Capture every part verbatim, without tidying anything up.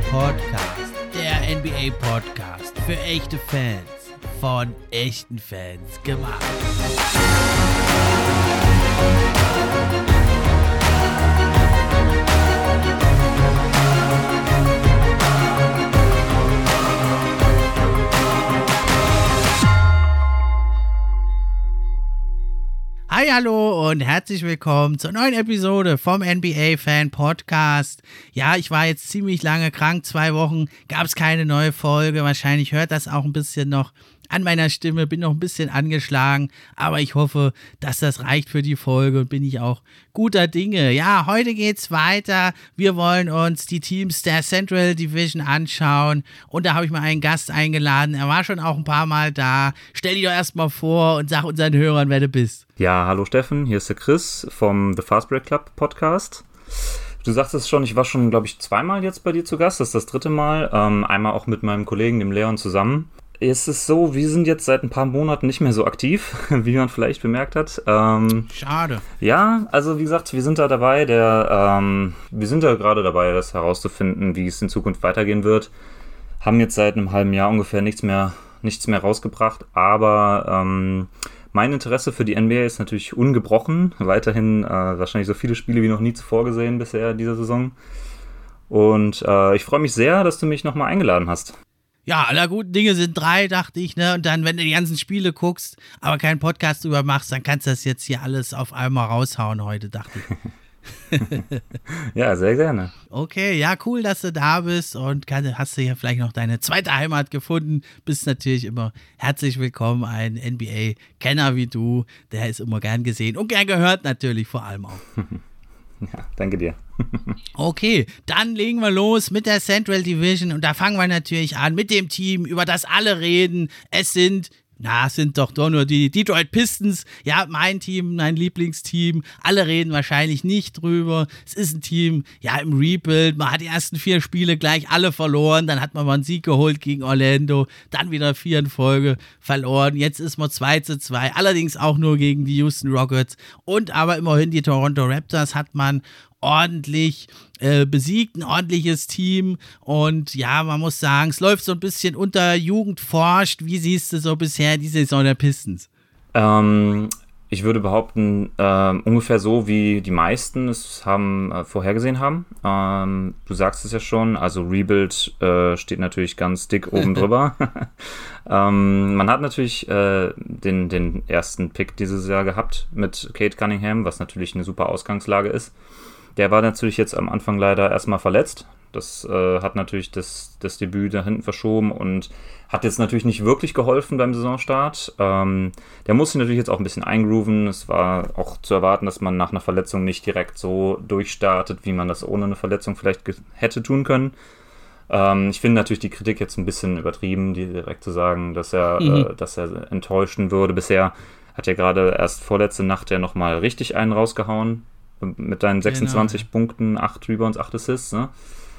Podcast, der N B A-Podcast für echte Fans, von echten Fans gemacht. Hi, hallo und herzlich willkommen zur neuen Episode vom N B A-Fan-Podcast. Ja, ich war jetzt ziemlich lange krank, zwei Wochen gab es keine neue Folge. Wahrscheinlich hört das auch ein bisschen noch an meiner Stimme, bin noch ein bisschen angeschlagen, aber ich hoffe, dass das reicht für die Folge und bin ich auch guter Dinge. Ja, heute geht's weiter. Wir wollen uns die Teams der Central Division anschauen und da habe ich mal einen Gast eingeladen. Er war schon auch ein paar Mal da. Stell dich doch erstmal vor und sag unseren Hörern, wer du bist. Ja, hallo Steffen, hier ist der Chris vom The Fast Break Club Podcast. Du sagtest schon, ich war schon, glaube ich, zweimal jetzt bei dir zu Gast. Das ist das dritte Mal. Ähm, einmal auch mit meinem Kollegen, dem Leon, zusammen. Es ist so, wir sind jetzt seit ein paar Monaten nicht mehr so aktiv, wie man vielleicht bemerkt hat. Ähm, Schade. Ja, also wie gesagt, wir sind da dabei, der, ähm, wir sind da gerade dabei, das herauszufinden, wie es in Zukunft weitergehen wird. Haben jetzt seit einem halben Jahr ungefähr nichts mehr, nichts mehr rausgebracht, aber ähm, mein Interesse für die N B A ist natürlich ungebrochen. Weiterhin äh, wahrscheinlich so viele Spiele wie noch nie zuvor gesehen bisher dieser Saison. Und äh, ich freue mich sehr, dass du mich nochmal eingeladen hast. Ja, aller guten Dinge sind drei, dachte ich, ne? Und dann, wenn du die ganzen Spiele guckst, aber keinen Podcast drüber machst, dann kannst du das jetzt hier alles auf einmal raushauen heute, dachte ich. Ja, sehr gerne. Okay, ja, cool, dass du da bist und kann, hast du hier vielleicht noch deine zweite Heimat gefunden. Bist natürlich immer herzlich willkommen, ein N B A-Kenner wie du, der ist immer gern gesehen und gern gehört natürlich vor allem auch. Ja, danke dir. Okay, dann legen wir los mit der Central Division und da fangen wir natürlich an mit dem Team, über das alle reden. Es sind, na, es sind doch doch nur die Detroit Pistons. Ja, mein Team, mein Lieblingsteam. Alle reden wahrscheinlich nicht drüber. Es ist ein Team, ja, im Rebuild. Man hat die ersten vier Spiele gleich alle verloren. Dann hat man mal einen Sieg geholt gegen Orlando. Dann wieder vier in Folge verloren. Jetzt ist man zwei zu zwei. Allerdings auch nur gegen die Houston Rockets. Und aber immerhin die Toronto Raptors hat man ordentlich äh, besiegt, ein ordentliches Team und ja, man muss sagen, es läuft so ein bisschen unter Jugend forscht. Wie siehst du so bisher die Saison der Pistons? Ähm, ich würde behaupten, äh, ungefähr so, wie die meisten es haben äh, vorhergesehen haben. Ähm, du sagst es ja schon, also Rebuild äh, steht natürlich ganz dick oben drüber. ähm, man hat natürlich äh, den, den ersten Pick dieses Jahr gehabt mit Cade Cunningham, was natürlich eine super Ausgangslage ist. Der war natürlich jetzt am Anfang leider erstmal verletzt. Das äh, hat natürlich das, das Debüt da hinten verschoben und hat jetzt natürlich nicht wirklich geholfen beim Saisonstart. Ähm, der musste natürlich jetzt auch ein bisschen eingrooven. Es war auch zu erwarten, dass man nach einer Verletzung nicht direkt so durchstartet, wie man das ohne eine Verletzung vielleicht ge- hätte tun können. Ähm, ich finde natürlich die Kritik jetzt ein bisschen übertrieben, die direkt zu sagen, dass er, mhm. äh, dass er enttäuschen würde. Bisher hat er gerade erst vorletzte Nacht ja nochmal richtig einen rausgehauen. Mit deinen sechsundzwanzig genau. Punkten, acht Rebounds, acht Assists. Ne?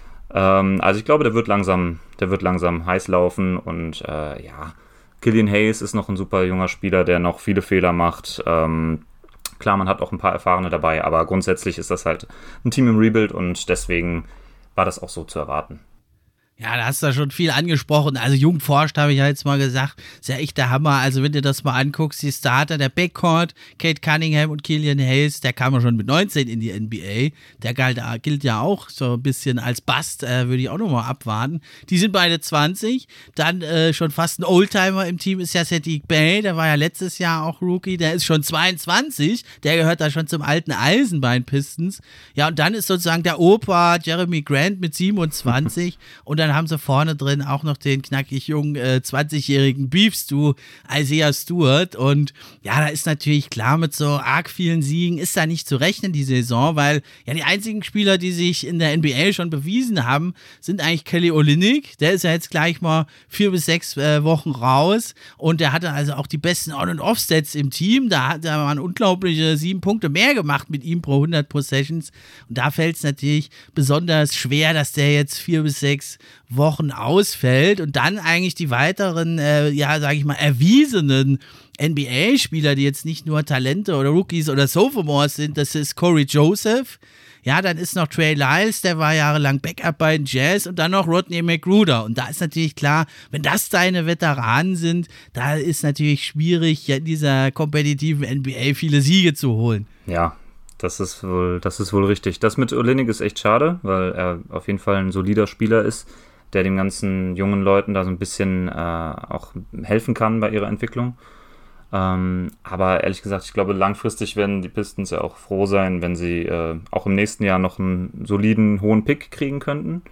Ähm, also ich glaube, der wird langsam, der wird langsam heiß laufen und äh, ja, Killian Hayes ist noch ein super junger Spieler, der noch viele Fehler macht. Ähm, klar, man hat auch ein paar Erfahrene dabei, aber grundsätzlich ist das halt ein Team im Rebuild und deswegen war das auch so zu erwarten. Ja, da hast du schon viel angesprochen. Also Jugend forscht, habe ich ja jetzt mal gesagt. Ist ja echt der Hammer. Also wenn du das mal anguckst, die Starter, der Backcourt, Cade Cunningham und Killian Hayes, der kam ja schon mit neunzehn in die N B A. Der galt, gilt ja auch so ein bisschen als Bust, äh, würde ich auch nochmal abwarten. Die sind beide zwanzig. Dann äh, schon fast ein Oldtimer im Team ist ja Saddiq Bey. Der war ja letztes Jahr auch Rookie. Der ist schon zweiundzwanzig. Der gehört da schon zum alten Eisenbein Pistons. Ja, und dann ist sozusagen der Opa Jeremy Grant mit siebenundzwanzig. Und dann haben sie vorne drin auch noch den knackig jungen äh, zwanzigjährigen Beef-Stew, Isaiah Stewart. Und ja, da ist natürlich klar, mit so arg vielen Siegen ist da nicht zu rechnen die Saison, weil ja die einzigen Spieler, die sich in der N B A schon bewiesen haben, sind eigentlich Kelly Olynyk. Der ist ja jetzt gleich mal vier bis sechs äh, Wochen raus und der hatte also auch die besten On- und Off-Stats im Team. Da hat er man unglaubliche sieben Punkte mehr gemacht mit ihm pro hundert Possessions. Und da fällt es natürlich besonders schwer, dass der jetzt vier bis sechs Wochen ausfällt und dann eigentlich die weiteren, äh, ja, sage ich mal, erwiesenen N B A-Spieler, die jetzt nicht nur Talente oder Rookies oder Sophomores sind, das ist Corey Joseph, Ja, dann ist noch Trey Lyles, der war jahrelang Backup bei den Jazz und dann noch Rodney McGruder. Und da ist natürlich klar, wenn das deine Veteranen sind, da ist natürlich schwierig, in dieser kompetitiven N B A viele Siege zu holen. Ja, das ist wohl, das ist wohl richtig. Das mit Olynyk ist echt schade, weil er auf jeden Fall ein solider Spieler ist, der den ganzen jungen Leuten da so ein bisschen äh, auch helfen kann bei ihrer Entwicklung. Ähm, aber ehrlich gesagt, ich glaube, langfristig werden die Pistons ja auch froh sein, wenn sie äh, auch im nächsten Jahr noch einen soliden, hohen Pick kriegen könnten.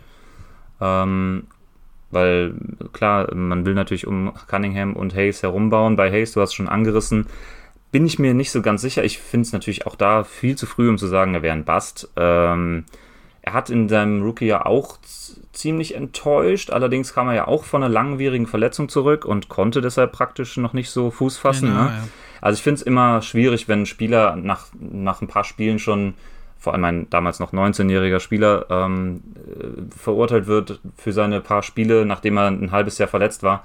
Ähm, weil, klar, man will natürlich um Cunningham und Hayes herumbauen. Bei Hayes, du hast es schon angerissen, bin ich mir nicht so ganz sicher. Ich finde es natürlich auch da viel zu früh, um zu sagen, er wäre ein Bust. Ähm, er hat in seinem Rookie-Jahr auch z- ziemlich enttäuscht. Allerdings kam er ja auch von einer langwierigen Verletzung zurück und konnte deshalb praktisch noch nicht so Fuß fassen. Genau, ne? ja. Also ich finde es immer schwierig, wenn ein Spieler nach, nach ein paar Spielen schon, vor allem ein damals noch neunzehnjähriger Spieler, ähm, äh, verurteilt wird für seine paar Spiele, nachdem er ein halbes Jahr verletzt war.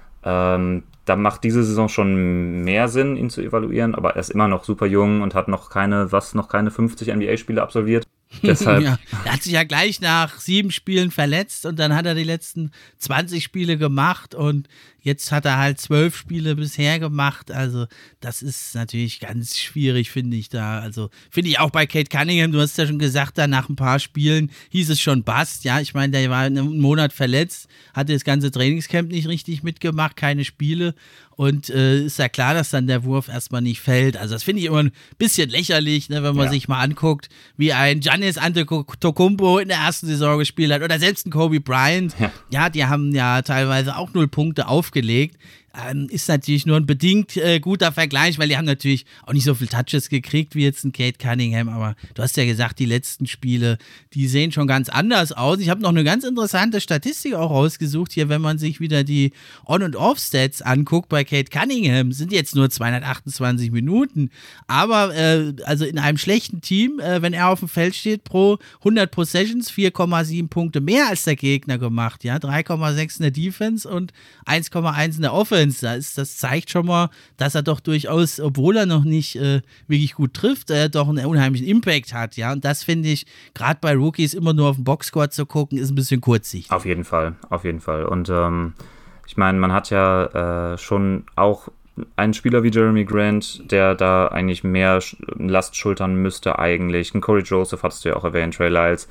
Ähm, da macht diese Saison schon mehr Sinn, ihn zu evaluieren, aber er ist immer noch super jung und hat noch keine, was, noch keine fünfzig N B A-Spiele absolviert. Deshalb. Ja, er hat sich ja gleich nach sieben Spielen verletzt und dann hat er die letzten zwanzig Spiele gemacht und jetzt hat er halt zwölf Spiele bisher gemacht. Also das ist natürlich ganz schwierig, finde ich da. Also finde ich auch bei Cade Cunningham, du hast ja schon gesagt, da nach ein paar Spielen hieß es schon Bast. Ja, ich meine, der war einen Monat verletzt, hatte das ganze Trainingscamp nicht richtig mitgemacht, keine Spiele. Und äh, ist ja klar, dass dann der Wurf erstmal nicht fällt. Also das finde ich immer ein bisschen lächerlich, ne, wenn man Ja. sich mal anguckt, wie ein Giannis Antetokounmpo in der ersten Saison gespielt hat oder selbst ein Kobe Bryant. Ja. Ja, die haben ja teilweise auch null Punkte aufgelegt. Ähm, ist natürlich nur ein bedingt äh, guter Vergleich, weil die haben natürlich auch nicht so viel Touches gekriegt wie jetzt ein Cade Cunningham, aber du hast ja gesagt, die letzten Spiele, die sehen schon ganz anders aus. Ich habe noch eine ganz interessante Statistik auch rausgesucht hier, wenn man sich wieder die On- und Off-Stats anguckt bei Cade Cunningham, sind jetzt nur zweihundertachtundzwanzig Minuten, aber äh, also in einem schlechten Team, äh, wenn er auf dem Feld steht, pro hundert Possessions vier Komma sieben Punkte mehr als der Gegner gemacht, ja, drei Komma sechs in der Defense und eins Komma eins in der Offense. Da ist, das zeigt schon mal, dass er doch durchaus, obwohl er noch nicht äh, wirklich gut trifft, äh, doch einen unheimlichen Impact hat, ja. Und das finde ich, gerade bei Rookies immer nur auf den Boxscore zu gucken, ist ein bisschen kurzsichtig. Auf jeden Fall, auf jeden Fall. Und ähm, ich meine, man hat ja äh, schon auch einen Spieler wie Jeremy Grant, der da eigentlich mehr Last schultern müsste eigentlich. Ein Corey Joseph hattest du ja auch erwähnt, Trey Lyles.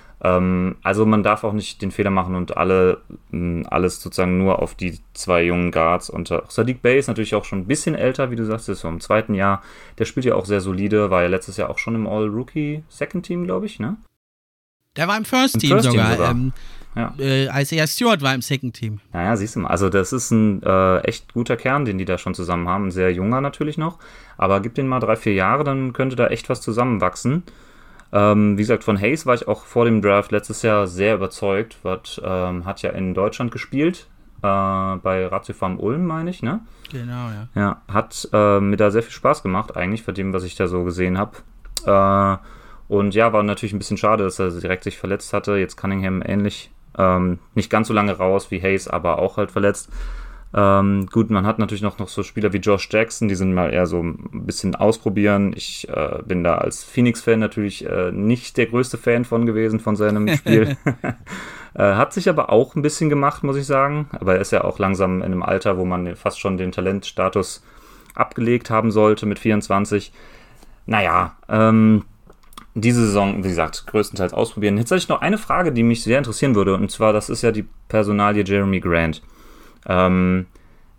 Ähm, also man darf auch nicht den Fehler machen und alle mh, alles sozusagen nur auf die zwei jungen Guards. Und äh, Sadiq Bey ist natürlich auch schon ein bisschen älter, wie du sagst, ist so im zweiten Jahr. Der spielt ja auch sehr solide, war ja letztes Jahr auch schon im All-Rookie-Second-Team, glaube ich, ne? Der war im First Im Team First Team sogar. sogar. Ähm, Ja. äh, Isaiah Stewart war im Second Team. Naja, siehst du mal, also das ist ein äh, echt guter Kern, den die da schon zusammen haben. Ein sehr junger natürlich noch, aber gib den mal drei, vier Jahre, dann könnte da echt was zusammenwachsen. Ähm, wie gesagt, von Hayes war ich auch vor dem Draft letztes Jahr sehr überzeugt. Wat, ähm, hat ja in Deutschland gespielt, äh, bei Ratio Farm Ulm, meine ich, ne? Genau, ja. Ja, hat äh, mir da sehr viel Spaß gemacht, eigentlich, von dem, was ich da so gesehen habe. Äh, und ja, war natürlich ein bisschen schade, dass er direkt sich verletzt hatte. Jetzt Cunningham ähnlich. Ähm, nicht ganz so lange raus wie Hayes, aber auch halt verletzt. Ähm, gut, man hat natürlich noch, noch so Spieler wie Josh Jackson, die sind mal eher so ein bisschen ausprobieren. Ich äh, bin da als Phoenix-Fan natürlich äh, nicht der größte Fan von gewesen, von seinem Spiel. äh, hat sich aber auch ein bisschen gemacht, muss ich sagen. Aber er ist ja auch langsam in einem Alter, wo man fast schon den Talentstatus abgelegt haben sollte mit vierundzwanzig. Naja, ähm, diese Saison, wie gesagt, größtenteils ausprobieren. Jetzt habe ich noch eine Frage, die mich sehr interessieren würde, und zwar, das ist ja die Personalie Jeremy Grant. Ähm,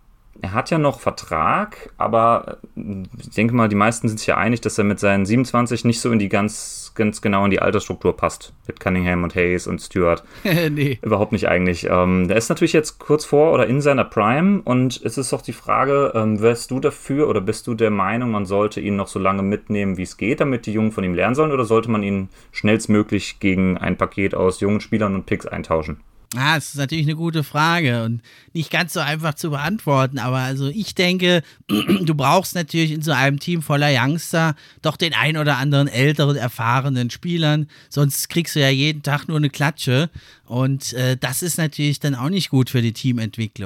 er hat ja noch Vertrag, aber ich denke mal, die meisten sind sich ja einig, dass er mit seinen siebenundzwanzig nicht so in die ganz, ganz genau in die Altersstruktur passt. Mit Cunningham und Hayes und Stewart. Nee. Überhaupt nicht eigentlich. Ähm, der ist natürlich jetzt kurz vor oder in seiner Prime, und es ist doch die Frage, ähm, wärst du dafür oder bist du der Meinung, man sollte ihn noch so lange mitnehmen, wie es geht, damit die Jungen von ihm lernen sollen, oder sollte man ihn schnellstmöglich gegen ein Paket aus jungen Spielern und Picks eintauschen? Ah, das ist natürlich eine gute Frage und nicht ganz so einfach zu beantworten, aber also ich denke, du brauchst natürlich in so einem Team voller Youngster doch den ein oder anderen älteren, erfahrenen Spielern, sonst kriegst du ja jeden Tag nur eine Klatsche und äh, das ist natürlich dann auch nicht gut für die Teamentwicklung.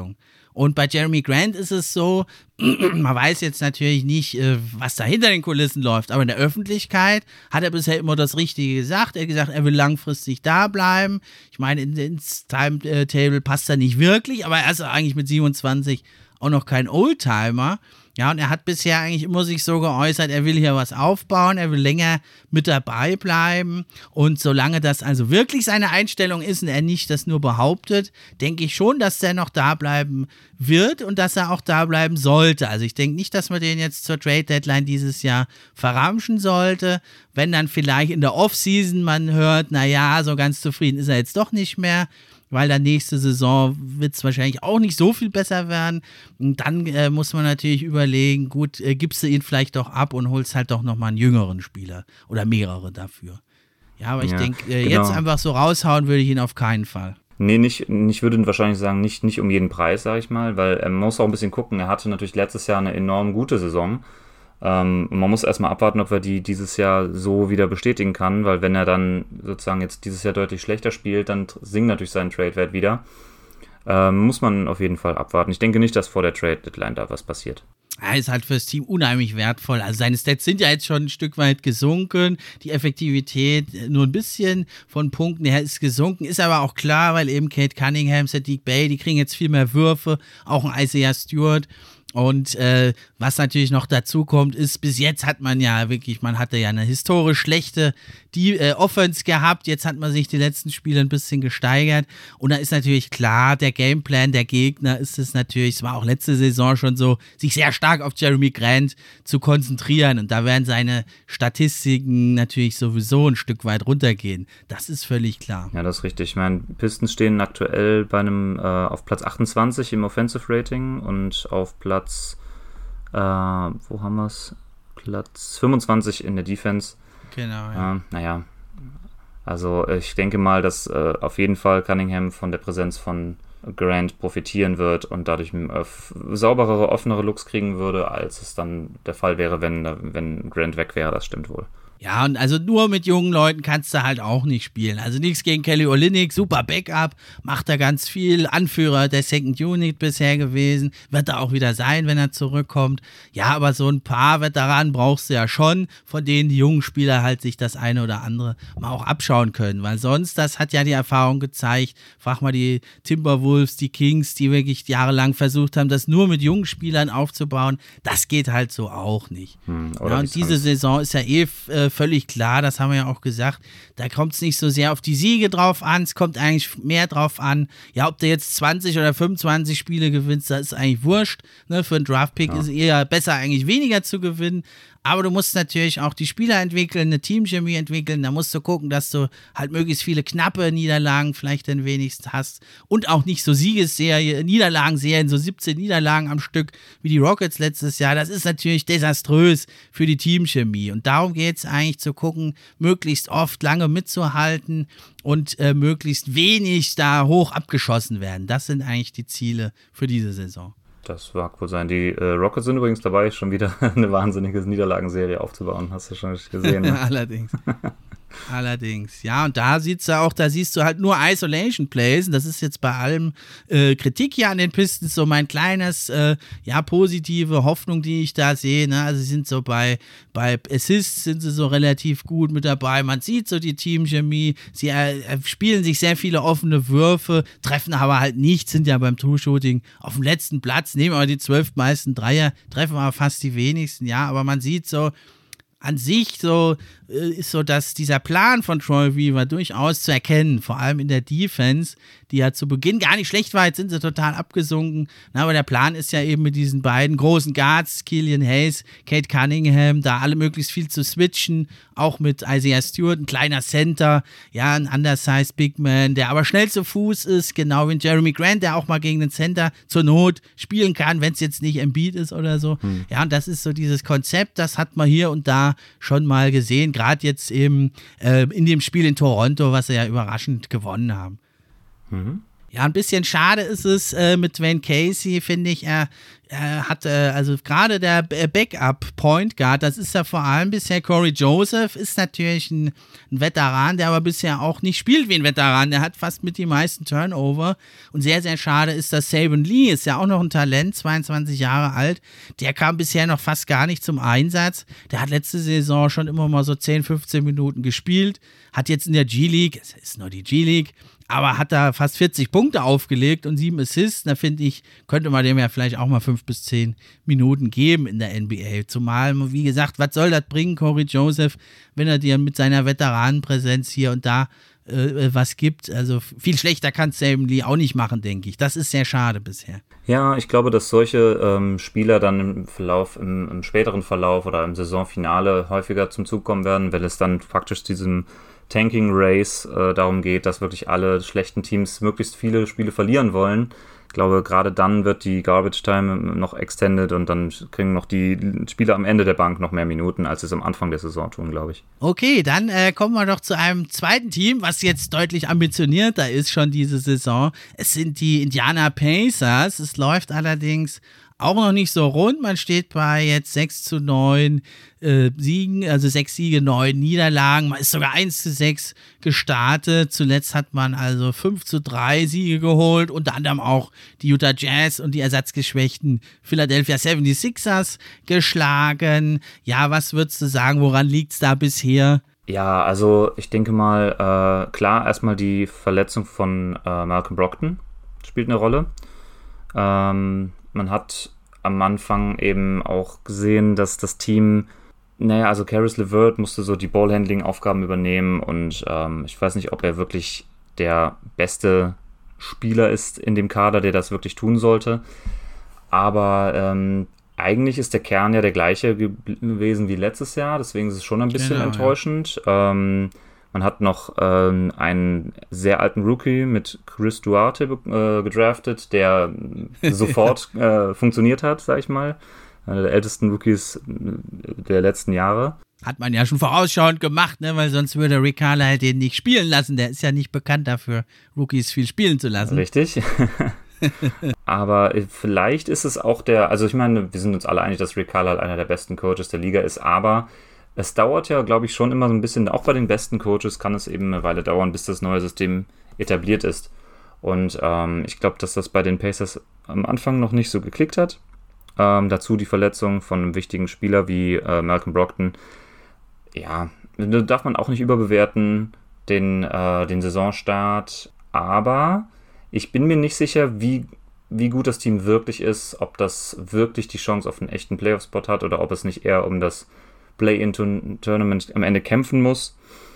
Und bei Jeremy Grant ist es so, man weiß jetzt natürlich nicht, was da hinter den Kulissen läuft, aber in der Öffentlichkeit hat er bisher immer das Richtige gesagt. Er hat gesagt, er will langfristig da bleiben. Ich meine, ins Timetable passt er nicht wirklich, aber er ist eigentlich mit siebenundzwanzig auch noch kein Oldtimer. Ja, und er hat bisher eigentlich immer sich so geäußert, er will hier was aufbauen, er will länger mit dabei bleiben. Und solange das also wirklich seine Einstellung ist und er nicht das nur behauptet, denke ich schon, dass der noch da bleiben wird und dass er auch da bleiben sollte. Also ich denke nicht, dass man den jetzt zur Trade-Deadline dieses Jahr verramschen sollte. Wenn dann vielleicht in der Offseason man hört, naja, so ganz zufrieden ist er jetzt doch nicht mehr, weil dann nächste Saison wird es wahrscheinlich auch nicht so viel besser werden. Und dann äh, muss man natürlich überlegen, gut, äh, gibst du ihn vielleicht doch ab und holst halt doch nochmal einen jüngeren Spieler oder mehrere dafür. Ja, aber ich ja, denke, äh, genau. jetzt einfach so raushauen würde ich ihn auf keinen Fall. Nee, nicht, ich würde wahrscheinlich sagen, nicht, nicht um jeden Preis, sage ich mal, weil er muss auch ein bisschen gucken. Er hatte natürlich letztes Jahr eine enorm gute Saison. Ähm, man muss erstmal abwarten, ob er die dieses Jahr so wieder bestätigen kann, weil wenn er dann sozusagen jetzt dieses Jahr deutlich schlechter spielt, dann sinkt natürlich sein Trade-Wert wieder. Ähm, muss man auf jeden Fall abwarten. Ich denke nicht, dass vor der Trade-Deadline da was passiert. Er ist halt fürs Team unheimlich wertvoll. Also seine Stats sind ja jetzt schon ein Stück weit gesunken. Die Effektivität nur ein bisschen von Punkten her ist gesunken. Ist aber auch klar, weil eben Cade Cunningham, Saddiq Bey, die kriegen jetzt viel mehr Würfe. Auch ein Isaiah Stewart. Und äh, was natürlich noch dazu kommt, ist, bis jetzt hat man ja wirklich, man hatte ja eine historisch schlechte die, äh, Offense gehabt, jetzt hat man sich die letzten Spiele ein bisschen gesteigert und da ist natürlich klar, der Gameplan der Gegner ist es natürlich, es war auch letzte Saison schon so, sich sehr stark auf Jeremy Grant zu konzentrieren und da werden seine Statistiken natürlich sowieso ein Stück weit runtergehen, das ist völlig klar. Ja, das ist richtig, ich meine, Pistons stehen aktuell bei einem äh, auf Platz achtundzwanzig im Offensive Rating und auf Platz Äh, wo haben wir es? Platz fünfundzwanzig in der Defense. Genau, ja. Äh, naja, also ich denke mal, dass äh, auf jeden Fall Cunningham von der Präsenz von Grant profitieren wird und dadurch äh, sauberere, offenere Looks kriegen würde, als es dann der Fall wäre, wenn, wenn Grant weg wäre, das stimmt wohl. Ja, und also nur mit jungen Leuten kannst du halt auch nicht spielen. Also nichts gegen Kelly Olynyk, super Backup, macht da ganz viel, Anführer der Second Unit bisher gewesen, wird er auch wieder sein, wenn er zurückkommt. Ja, aber so ein paar Veteranen brauchst du ja schon, von denen die jungen Spieler halt sich das eine oder andere mal auch abschauen können, weil sonst, das hat ja die Erfahrung gezeigt, frag mal die Timberwolves, die Kings, die wirklich jahrelang versucht haben, das nur mit jungen Spielern aufzubauen, das geht halt so auch nicht. Hm, ja, und diese Saison ist ja eh äh, völlig klar, das haben wir ja auch gesagt, da kommt es nicht so sehr auf die Siege drauf an, es kommt eigentlich mehr drauf an, ja, ob du jetzt zwanzig oder fünfundzwanzig Spiele gewinnst, das ist eigentlich wurscht, ne? Für einen Draftpick ja. ist eher besser eigentlich weniger zu gewinnen, aber du musst natürlich auch die Spieler entwickeln, eine Teamchemie entwickeln, da musst du gucken, dass du halt möglichst viele knappe Niederlagen vielleicht dann wenigstens hast und auch nicht so Siegesserie, Niederlagenserien, so siebzehn Niederlagen am Stück wie die Rockets letztes Jahr, das ist natürlich desaströs für die Teamchemie und darum geht es eigentlich zu gucken, möglichst oft lange mitzuhalten und äh, möglichst wenig da hoch abgeschossen werden. Das sind eigentlich die Ziele für diese Saison. Das mag wohl sein. Die äh, Rockets sind übrigens dabei, schon wieder eine wahnsinnige Niederlagenserie aufzubauen. Hast du schon gesehen? Ne? Allerdings. Allerdings, ja, und da sieht's ja auch, da siehst du halt nur Isolation Plays und das ist jetzt bei allem äh, Kritik hier an den Pistons so mein kleines, äh, ja, positive Hoffnung, die ich da sehe, ne? Also sie sind so bei, bei Assists sind sie so relativ gut mit dabei, man sieht so die Teamchemie, sie äh, spielen sich sehr viele offene Würfe, treffen aber halt nichts, sind ja beim True-Shooting auf dem letzten Platz, nehmen aber die zwölf meisten Dreier, treffen aber fast die wenigsten, ja, aber man sieht so, an sich so äh, ist so, dass dieser Plan von Troy Weaver durchaus zu erkennen, vor allem in der Defense, die ja zu Beginn gar nicht schlecht war, jetzt sind sie total abgesunken, na, aber der Plan ist ja eben mit diesen beiden großen Guards, Killian Hayes, Cade Cunningham, da alle möglichst viel zu switchen, auch mit Isaiah Stewart, ein kleiner Center, ja, ein undersized Big Man, der aber schnell zu Fuß ist, genau wie Jeremy Grant, der auch mal gegen den Center zur Not spielen kann, wenn es jetzt nicht Embiid ist oder so, hm. ja, und das ist so dieses Konzept, das hat man hier und da schon mal gesehen, gerade jetzt eben äh, in dem Spiel in Toronto, was sie ja überraschend gewonnen haben. Mhm. Ja, ein bisschen schade ist es äh, mit Dwayne Casey, finde ich. Er er hat, äh, also gerade der Backup-Point Guard, das ist ja vor allem bisher Corey Joseph, ist natürlich ein, ein Veteran, der aber bisher auch nicht spielt wie ein Veteran. Der hat fast mit die meisten Turnover. Und sehr, sehr schade ist, dass Saben Lee, ist ja auch noch ein Talent, zweiundzwanzig Jahre alt, der kam bisher noch fast gar nicht zum Einsatz. Der hat letzte Saison schon immer mal so zehn, fünfzehn Minuten gespielt, hat jetzt in der G-League, es ist nur die G-League, aber hat da fast vierzig Punkte aufgelegt und sieben Assists. Da finde ich, könnte man dem ja vielleicht auch mal fünf bis zehn Minuten geben in der N B A. Zumal, wie gesagt, was soll das bringen, Corey Joseph, wenn er dir mit seiner Veteranenpräsenz hier und da äh, was gibt. Also viel schlechter kann Saben Lee auch nicht machen, denke ich. Das ist sehr schade bisher. Ja, ich glaube, dass solche ähm, Spieler dann im Verlauf, im, im späteren Verlauf oder im Saisonfinale häufiger zum Zug kommen werden, wenn es dann praktisch diesem Tanking Race äh, darum geht, dass wirklich alle schlechten Teams möglichst viele Spiele verlieren wollen. Ich glaube, gerade dann wird die Garbage Time noch extended und dann kriegen noch die Spieler am Ende der Bank noch mehr Minuten, als es am Anfang der Saison tun, glaube ich. Okay, dann äh, kommen wir doch zu einem zweiten Team, was jetzt deutlich ambitionierter ist schon diese Saison. Es sind die Indiana Pacers. Es läuft allerdings auch noch nicht so rund. Man steht bei jetzt sechs zu neun äh, Siegen, also sechs Siege, neun Niederlagen. Man ist sogar eins zu sechs gestartet. Zuletzt hat man also fünf zu drei Siege geholt, unter anderem auch die Utah Jazz und die ersatzgeschwächten Philadelphia seventy-sixers geschlagen. Ja, was würdest du sagen, woran liegt es da bisher? Ja, also ich denke mal, äh, klar, erstmal die Verletzung von äh, Malcolm Brogdon spielt eine Rolle. Ähm, Man hat am Anfang eben auch gesehen, dass das Team, naja, also Caris LeVert musste so die Ballhandling-Aufgaben übernehmen und ähm, ich weiß nicht, ob er wirklich der beste Spieler ist in dem Kader, der das wirklich tun sollte. Aber ähm, eigentlich ist der Kern ja der gleiche ge- gewesen wie letztes Jahr, deswegen ist es schon ein bisschen Genau, enttäuschend. Ja. Ähm, Man hat noch ähm, einen sehr alten Rookie mit Chris Duarte äh, gedraftet, der sofort äh, funktioniert hat, sag ich mal. Einer der ältesten Rookies der letzten Jahre. Hat man ja schon vorausschauend gemacht, ne? Weil sonst würde Rick Carlisle den nicht spielen lassen. Der ist ja nicht bekannt dafür, Rookies viel spielen zu lassen. Richtig. Aber vielleicht ist es auch der, also ich meine, wir sind uns alle einig, dass Rick Carlisle einer der besten Coaches der Liga ist, aber es dauert ja, glaube ich, schon immer so ein bisschen, auch bei den besten Coaches kann es eben eine Weile dauern, bis das neue System etabliert ist. Und ähm, ich glaube, dass das bei den Pacers am Anfang noch nicht so geklickt hat. Ähm, dazu die Verletzung von einem wichtigen Spieler wie äh, Malcolm Brogdon. Ja, da darf man auch nicht überbewerten, den, äh, den Saisonstart. Aber ich bin mir nicht sicher, wie, wie gut das Team wirklich ist, ob das wirklich die Chance auf einen echten Playoff-Spot hat oder ob es nicht eher um das Play-in-Tournament am Ende kämpfen muss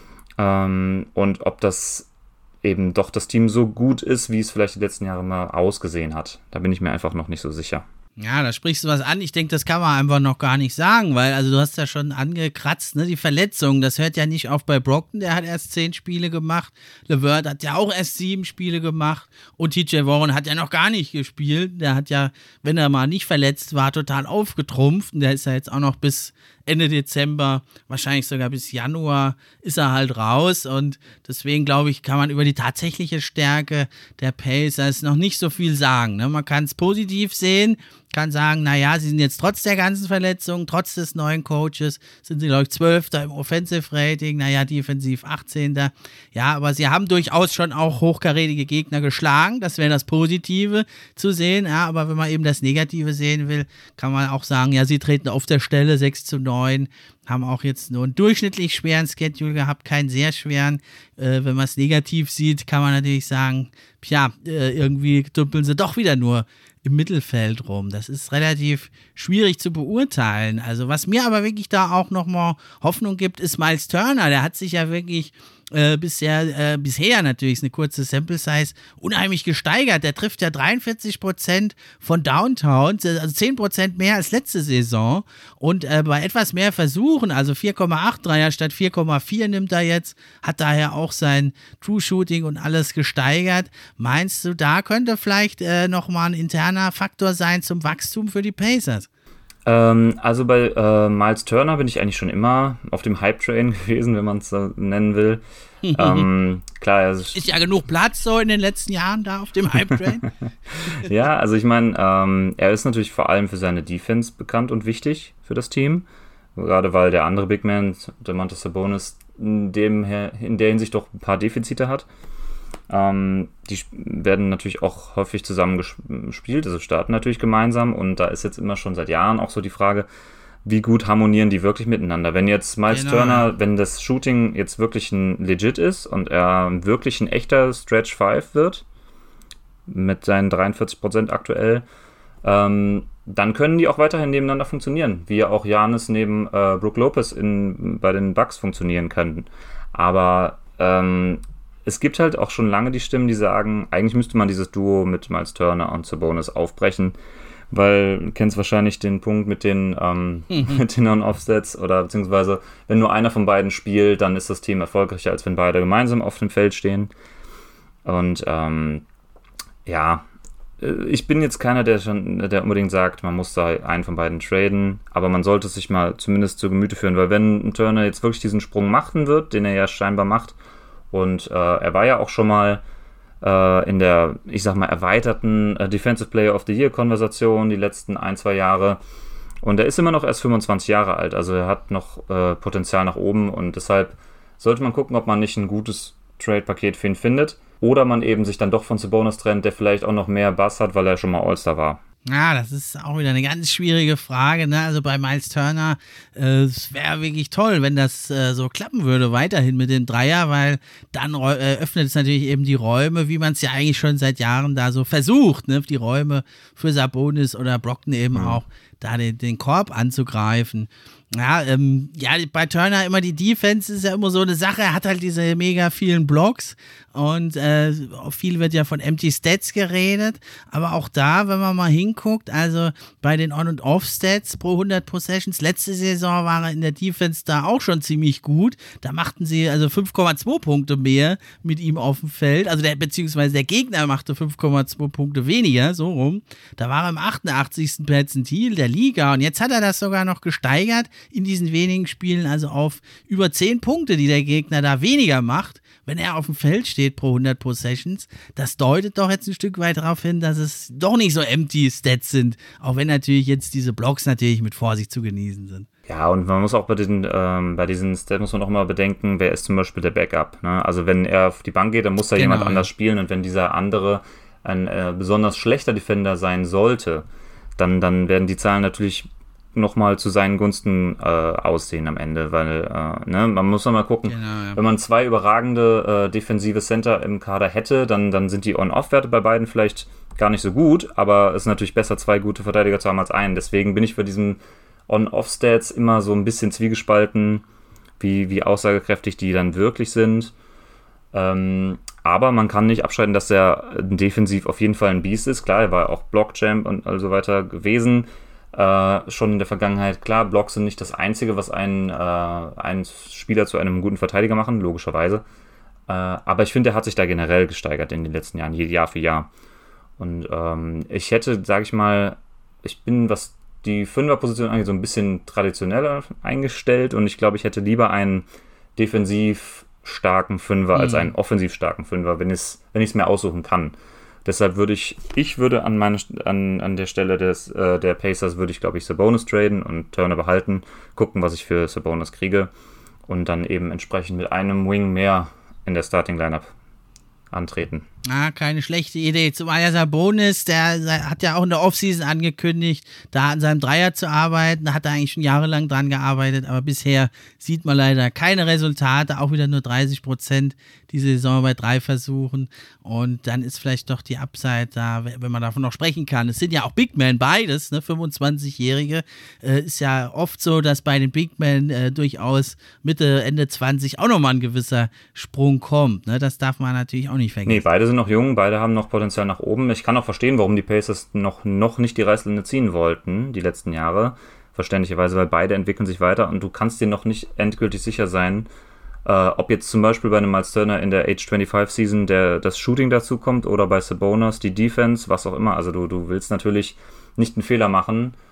ähm, und ob das eben doch das Team so gut ist, wie es vielleicht die letzten Jahre mal ausgesehen hat. Da bin ich mir einfach noch nicht so sicher. Ja, da sprichst du was an. Ich denke, das kann man einfach noch gar nicht sagen, weil, also du hast ja schon angekratzt, ne, die Verletzung, das hört ja nicht auf bei Brogdon, der hat erst zehn Spiele gemacht, LeVert hat ja auch erst sieben Spiele gemacht und T J Warren hat ja noch gar nicht gespielt, der hat ja, wenn er mal nicht verletzt war, total aufgetrumpft und der ist ja jetzt auch noch bis Ende Dezember, wahrscheinlich sogar bis Januar ist er halt raus und deswegen glaube ich, kann man über die tatsächliche Stärke der Pacers noch nicht so viel sagen. Ne? Man kann es positiv sehen, kann sagen, naja, sie sind jetzt trotz der ganzen Verletzungen, trotz des neuen Coaches, sind sie, glaube ich, Zwölfter im Offensive Rating, naja, defensiv achtzehnter Ja, aber sie haben durchaus schon auch hochkarätige Gegner geschlagen, das wäre das Positive zu sehen, ja, aber wenn man eben das Negative sehen will, kann man auch sagen, ja, sie treten auf der Stelle sechs zu neun, haben auch jetzt nur einen durchschnittlich schweren Schedule gehabt, keinen sehr schweren. Äh, wenn man es negativ sieht, kann man natürlich sagen, tja, äh, irgendwie dümpeln sie doch wieder nur im Mittelfeld rum. Das ist relativ schwierig zu beurteilen. Also was mir aber wirklich da auch nochmal Hoffnung gibt, ist Miles Turner. Der hat sich ja wirklich äh, bisher, äh, bisher natürlich, ist eine kurze Sample Size, unheimlich gesteigert. Der trifft ja dreiundvierzig Prozent von Downtown, also zehn Prozent mehr als letzte Saison. Und äh, bei etwas mehr Versuchen, also vier Komma acht Dreier statt vier Komma vier nimmt er jetzt, hat daher auch sein True Shooting und alles gesteigert. Meinst du, da könnte vielleicht äh, nochmal ein interner Faktor sein zum Wachstum für die Pacers? Ähm, also bei äh, Miles Turner bin ich eigentlich schon immer auf dem Hype-Train gewesen, wenn man es so nennen will. ähm, klar, also ist ja genug Platz so in den letzten Jahren da auf dem Hype-Train. Ja, also ich meine, ähm, er ist natürlich vor allem für seine Defense bekannt und wichtig für das Team. Gerade weil der andere Big Man, Domantas Sabonis, in, dem, in der Hinsicht doch ein paar Defizite hat. Ähm, die werden natürlich auch häufig zusammen gespielt, also starten natürlich gemeinsam, und da ist jetzt immer schon seit Jahren auch so die Frage, wie gut harmonieren die wirklich miteinander. Wenn jetzt Miles genau. Turner, wenn das Shooting jetzt wirklich ein legit ist und er wirklich ein echter Stretch fünf wird, mit seinen dreiundvierzig Prozent aktuell, ähm, dann können die auch weiterhin nebeneinander funktionieren, wie ja auch Giannis neben äh, Brook Lopez in, bei den Bucks funktionieren könnten. Aber ähm, es gibt halt auch schon lange die Stimmen, die sagen, eigentlich müsste man dieses Duo mit Miles Turner und Sabonis aufbrechen, weil du kennst wahrscheinlich den Punkt mit den, ähm, mhm. mit den On-Offsets, oder beziehungsweise wenn nur einer von beiden spielt, dann ist das Team erfolgreicher, als wenn beide gemeinsam auf dem Feld stehen. Und ähm, ja, ich bin jetzt keiner, der schon, der unbedingt sagt, man muss da einen von beiden traden, aber man sollte es sich mal zumindest zu Gemüte führen, weil wenn ein Turner jetzt wirklich diesen Sprung machen wird, den er ja scheinbar macht, und äh, er war ja auch schon mal äh, in der, ich sag mal, erweiterten äh, Defensive Player of the Year-Konversation die letzten ein, zwei Jahre, und er ist immer noch erst fünfundzwanzig Jahre alt, also er hat noch äh, Potenzial nach oben, und deshalb sollte man gucken, ob man nicht ein gutes Trade-Paket für ihn findet, oder man eben sich dann doch von Sabonis trennt, der vielleicht auch noch mehr Bass hat, weil er schon mal All-Star war. Ja, das ist auch wieder eine ganz schwierige Frage, ne? Also bei Miles Turner, äh, es wäre wirklich toll, wenn das äh, so klappen würde, weiterhin mit dem Dreier, weil dann äh, öffnet es natürlich eben die Räume, wie man es ja eigentlich schon seit Jahren da so versucht, ne? Die Räume für Sabonis oder Brockton eben mhm. auch, da den, den Korb anzugreifen. Ja, ähm, ja, bei Turner immer die Defense ist ja immer so eine Sache, er hat halt diese mega vielen Blocks, und äh, viel wird ja von Empty Stats geredet, aber auch da, wenn man mal hinguckt, also bei den On- und Off-Stats pro hundert Possessions, letzte Saison war er in der Defense da auch schon ziemlich gut, da machten sie also fünf Komma zwei Punkte mehr mit ihm auf dem Feld, also der, beziehungsweise der Gegner machte fünf Komma zwei Punkte weniger, so rum, da war er im achtundachtzigsten Perzentil der Liga, und jetzt hat er das sogar noch gesteigert in diesen wenigen Spielen, also auf über zehn Punkte, die der Gegner da weniger macht, wenn er auf dem Feld steht pro hundert Possessions. Das deutet doch jetzt ein Stück weit darauf hin, dass es doch nicht so empty Stats sind, auch wenn natürlich jetzt diese Blocks natürlich mit Vorsicht zu genießen sind. Ja, und man muss auch bei diesen, ähm, bei diesen Stats muss man auch mal bedenken, wer ist zum Beispiel der Backup, ne? Also wenn er auf die Bank geht, dann muss da genau, jemand anders spielen, und wenn dieser andere ein äh, besonders schlechter Defender sein sollte, dann, dann werden die Zahlen natürlich nochmal zu seinen Gunsten äh, aussehen am Ende, weil äh, ne, man muss nochmal gucken, genau, ja. Wenn man zwei überragende äh, defensive Center im Kader hätte, dann, dann sind die On-Off-Werte bei beiden vielleicht gar nicht so gut, aber es ist natürlich besser, zwei gute Verteidiger zu haben als einen. Deswegen bin ich für diesen On-Off-Stats immer so ein bisschen zwiegespalten, wie, wie aussagekräftig die dann wirklich sind. Ähm, aber man kann nicht abschalten, dass er defensiv auf jeden Fall ein Biest ist. Klar, er war auch Block-Champ und so weiter gewesen. Äh, schon in der Vergangenheit, klar, Blocks sind nicht das Einzige, was einen, äh, einen Spieler zu einem guten Verteidiger machen, logischerweise. Äh, aber ich finde, er hat sich da generell gesteigert in den letzten Jahren, Jahr für Jahr. Und ähm, ich hätte, sage ich mal, ich bin, was die Fünferposition angeht, so ein bisschen traditioneller eingestellt, und ich glaube, ich hätte lieber einen defensiv starken Fünfer mhm. als einen offensiv starken Fünfer, wenn ich es wenn ich es mir aussuchen kann. Deshalb würde ich, ich würde an, meine, an, an der Stelle des, äh, der Pacers würde ich, glaube ich, Sabonis traden und Turner behalten, gucken, was ich für Sabonis kriege, und dann eben entsprechend mit einem Wing mehr in der Starting-Lineup antreten. Ah, keine schlechte Idee. Zumal ja Sabonis, der hat ja auch in der Offseason angekündigt, da an seinem Dreier zu arbeiten. Da hat er eigentlich schon jahrelang dran gearbeitet, aber bisher sieht man leider keine Resultate, auch wieder nur dreißig Prozent diese Saison bei drei Versuchen. Und dann ist vielleicht doch die Upside da, wenn man davon noch sprechen kann. Es sind ja auch Big Men beides, ne, fünfundzwanzigjährige. Äh, ist ja oft so, dass bei den Big Men äh, durchaus Mitte, Ende zwanzig auch nochmal ein gewisser Sprung kommt. Ne? Das darf man natürlich auch nicht vergessen. Nee, beide sind noch jung, beide haben noch Potenzial nach oben. Ich kann auch verstehen, warum die Pacers noch, noch nicht die Reißleine ziehen wollten, die letzten Jahre. Verständlicherweise, weil beide entwickeln sich weiter, und du kannst dir noch nicht endgültig sicher sein, äh, ob jetzt zum Beispiel bei einem Miles Turner in der Age fünfundzwanzig Season der, das Shooting dazu kommt, oder bei Sabonis die Defense, was auch immer. Also du, du willst natürlich nicht einen Fehler machen,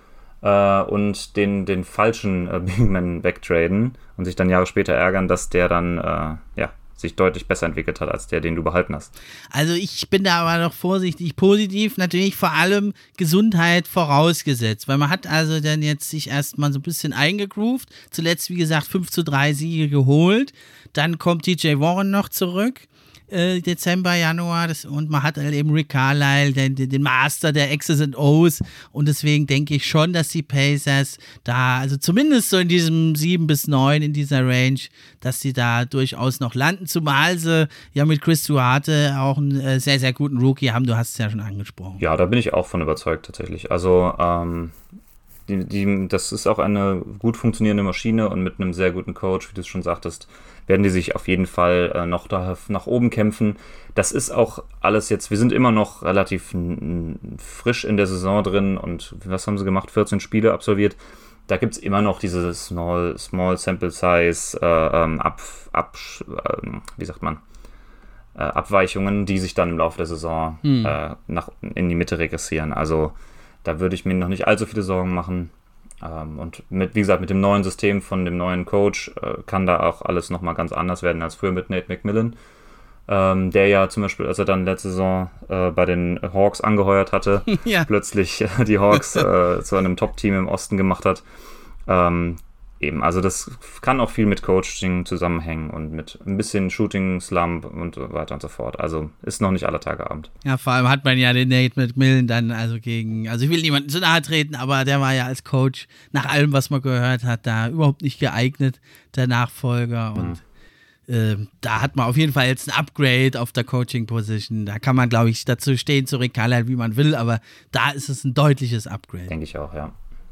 äh, und den, den falschen äh, Bigman wegtraden und sich dann Jahre später ärgern, dass der dann äh, ja, sich deutlich besser entwickelt hat, als der, den du behalten hast. Also ich bin da aber noch vorsichtig positiv, natürlich vor allem Gesundheit vorausgesetzt, weil man hat also dann jetzt sich erstmal so ein bisschen eingegroovt, zuletzt wie gesagt fünf zu drei Siege geholt, dann kommt T J Warren noch zurück, äh, Dezember, Januar, das, und man hat halt eben Rick Carlisle, den, den Master der X's and O's, und deswegen denke ich schon, dass die Pacers da, also zumindest so in diesem sieben bis neun in dieser Range, dass sie da durchaus noch landen, zumal sie ja mit Chris Duarte auch einen äh, sehr, sehr guten Rookie haben, du hast es ja schon angesprochen. Ja, da bin ich auch von überzeugt tatsächlich. Also, ähm, die, die, das ist auch eine gut funktionierende Maschine und mit einem sehr guten Coach, wie du es schon sagtest, werden die sich auf jeden Fall äh, noch da nach oben kämpfen. Das ist auch alles jetzt, wir sind immer noch relativ n- frisch in der Saison drin und was haben sie gemacht? vierzehn Spiele absolviert. Da gibt es immer noch diese Small, Small Sample Size äh, ähm, ab, ab, äh, wie sagt man, äh, Abweichungen, die sich dann im Laufe der Saison hm. äh, nach, in die Mitte regressieren. Also da würde ich mir noch nicht allzu viele Sorgen machen. Ähm, und mit, wie gesagt, mit dem neuen System von dem neuen Coach äh, kann da auch alles nochmal ganz anders werden als früher mit Nate McMillan. Ähm, der ja zum Beispiel, als er dann letzte Saison äh, bei den Hawks angeheuert hatte, ja. plötzlich äh, die Hawks äh, zu einem Top-Team im Osten gemacht hat. Ähm, eben, also das kann auch viel mit Coaching zusammenhängen und mit ein bisschen Shooting, Slump und so weiter und so fort. Also ist noch nicht aller Tage Abend. Ja, vor allem hat man ja den Nate McMillan dann also gegen, also ich will niemandem zu nahe treten, aber der war ja als Coach nach allem, was man gehört hat, da überhaupt nicht geeignet, der Nachfolger, und mhm. Ähm, da hat man auf jeden Fall jetzt ein Upgrade auf der Coaching-Position. Da kann man, glaube ich, dazu stehen, zu Rick Carlisle, wie man will, aber da ist es ein deutliches Upgrade. Denke ich auch, ja.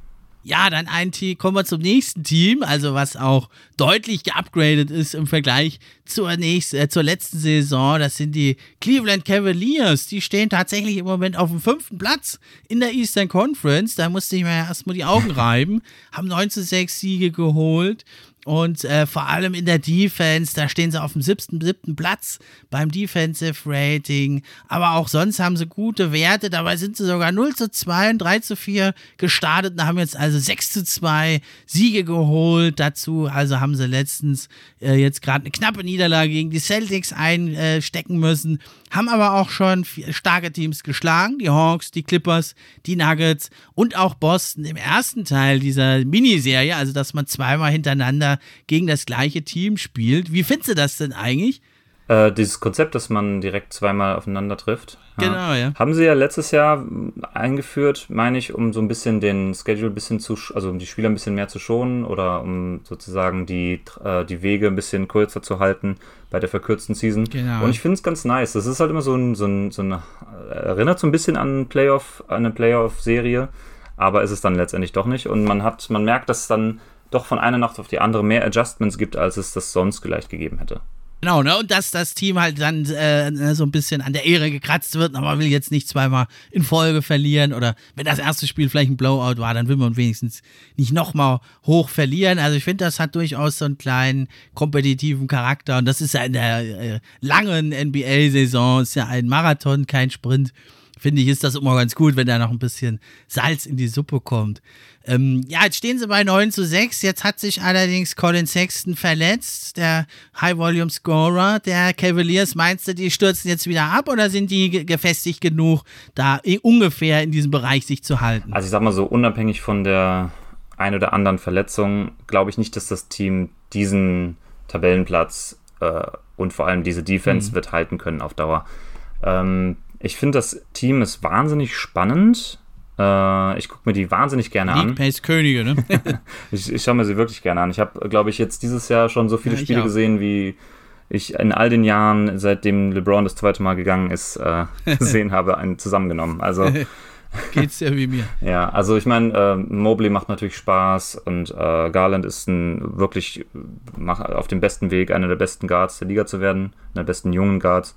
Ja, dann ein Team, kommen wir zum nächsten Team, also was auch deutlich geupgradet ist im Vergleich zur, nächsten, äh, zur letzten Saison. Das sind die Cleveland Cavaliers. Die stehen tatsächlich im Moment auf dem fünften Platz in der Eastern Conference. Da musste ich mir ja erstmal die Augen reiben. Haben neun zu sechs Siege geholt. Und äh, vor allem in der Defense, da stehen sie auf dem siebten, siebten Platz beim Defensive Rating. Aber auch sonst haben sie gute Werte. Dabei sind sie sogar null zu zwei und drei zu vier gestartet und haben jetzt also sechs zu zwei Siege geholt. Dazu also haben sie letztens äh, jetzt gerade eine knappe Niederlage gegen die Celtics einstecken müssen. Haben aber auch schon starke Teams geschlagen. Die Hawks, die Clippers, die Nuggets und auch Boston im ersten Teil dieser Miniserie. Also dass man zweimal hintereinander gegen das gleiche Team spielt. Wie findest du das denn eigentlich? Äh, dieses Konzept, dass man direkt zweimal aufeinander trifft. Ja. Genau, ja. Haben sie ja letztes Jahr eingeführt, meine ich, um so ein bisschen den Schedule ein bisschen zu, also um die Spieler ein bisschen mehr zu schonen oder um sozusagen die, äh, die Wege ein bisschen kürzer zu halten bei der verkürzten Season. Genau. Und ich finde es ganz nice. Das ist halt immer so ein, so ein, so eine, erinnert so ein bisschen an Playoff, an eine Playoff-Serie, aber ist es dann letztendlich doch nicht. Und man hat, man merkt, dass es dann doch von einer Nacht auf die andere mehr Adjustments gibt, als es das sonst vielleicht gegeben hätte. Genau, ne? Und dass das Team halt dann äh, so ein bisschen an der Ehre gekratzt wird, aber man will jetzt nicht zweimal in Folge verlieren, oder wenn das erste Spiel vielleicht ein Blowout war, dann will man wenigstens nicht nochmal hoch verlieren. Also ich finde, das hat durchaus so einen kleinen kompetitiven Charakter, und das ist ja in der äh, langen N B A-Saison, ist ja ein Marathon, kein Sprint. Finde ich, ist das immer ganz gut, wenn da noch ein bisschen Salz in die Suppe kommt. Ähm, ja, jetzt stehen sie bei neun zu sechs. Jetzt hat sich allerdings Colin Sexton verletzt, der High-Volume-Scorer der Cavaliers. Meinst du, die stürzen jetzt wieder ab, oder sind die ge- gefestigt genug, da ungefähr in diesem Bereich sich zu halten? Also ich sag mal so, unabhängig von der ein oder anderen Verletzung, glaube ich nicht, dass das Team diesen Tabellenplatz äh, und vor allem diese Defense mhm. wird halten können auf Dauer. Ähm, Ich finde, das Team ist wahnsinnig spannend. Äh, ich gucke mir die wahnsinnig gerne League an. Pace Könige, ne? ich ich schaue mir sie wirklich gerne an. Ich habe, glaube ich, jetzt dieses Jahr schon so viele ja, Spiele auch. gesehen, wie ich in all den Jahren, seitdem LeBron das zweite Mal gegangen ist, äh, gesehen habe, einen zusammengenommen. Also geht's ja wie mir. Ja, also ich meine, äh, Mobley macht natürlich Spaß, und äh, Garland ist ein wirklich mach, auf dem besten Weg, einer der besten Guards der Liga zu werden, einer der besten jungen Guards.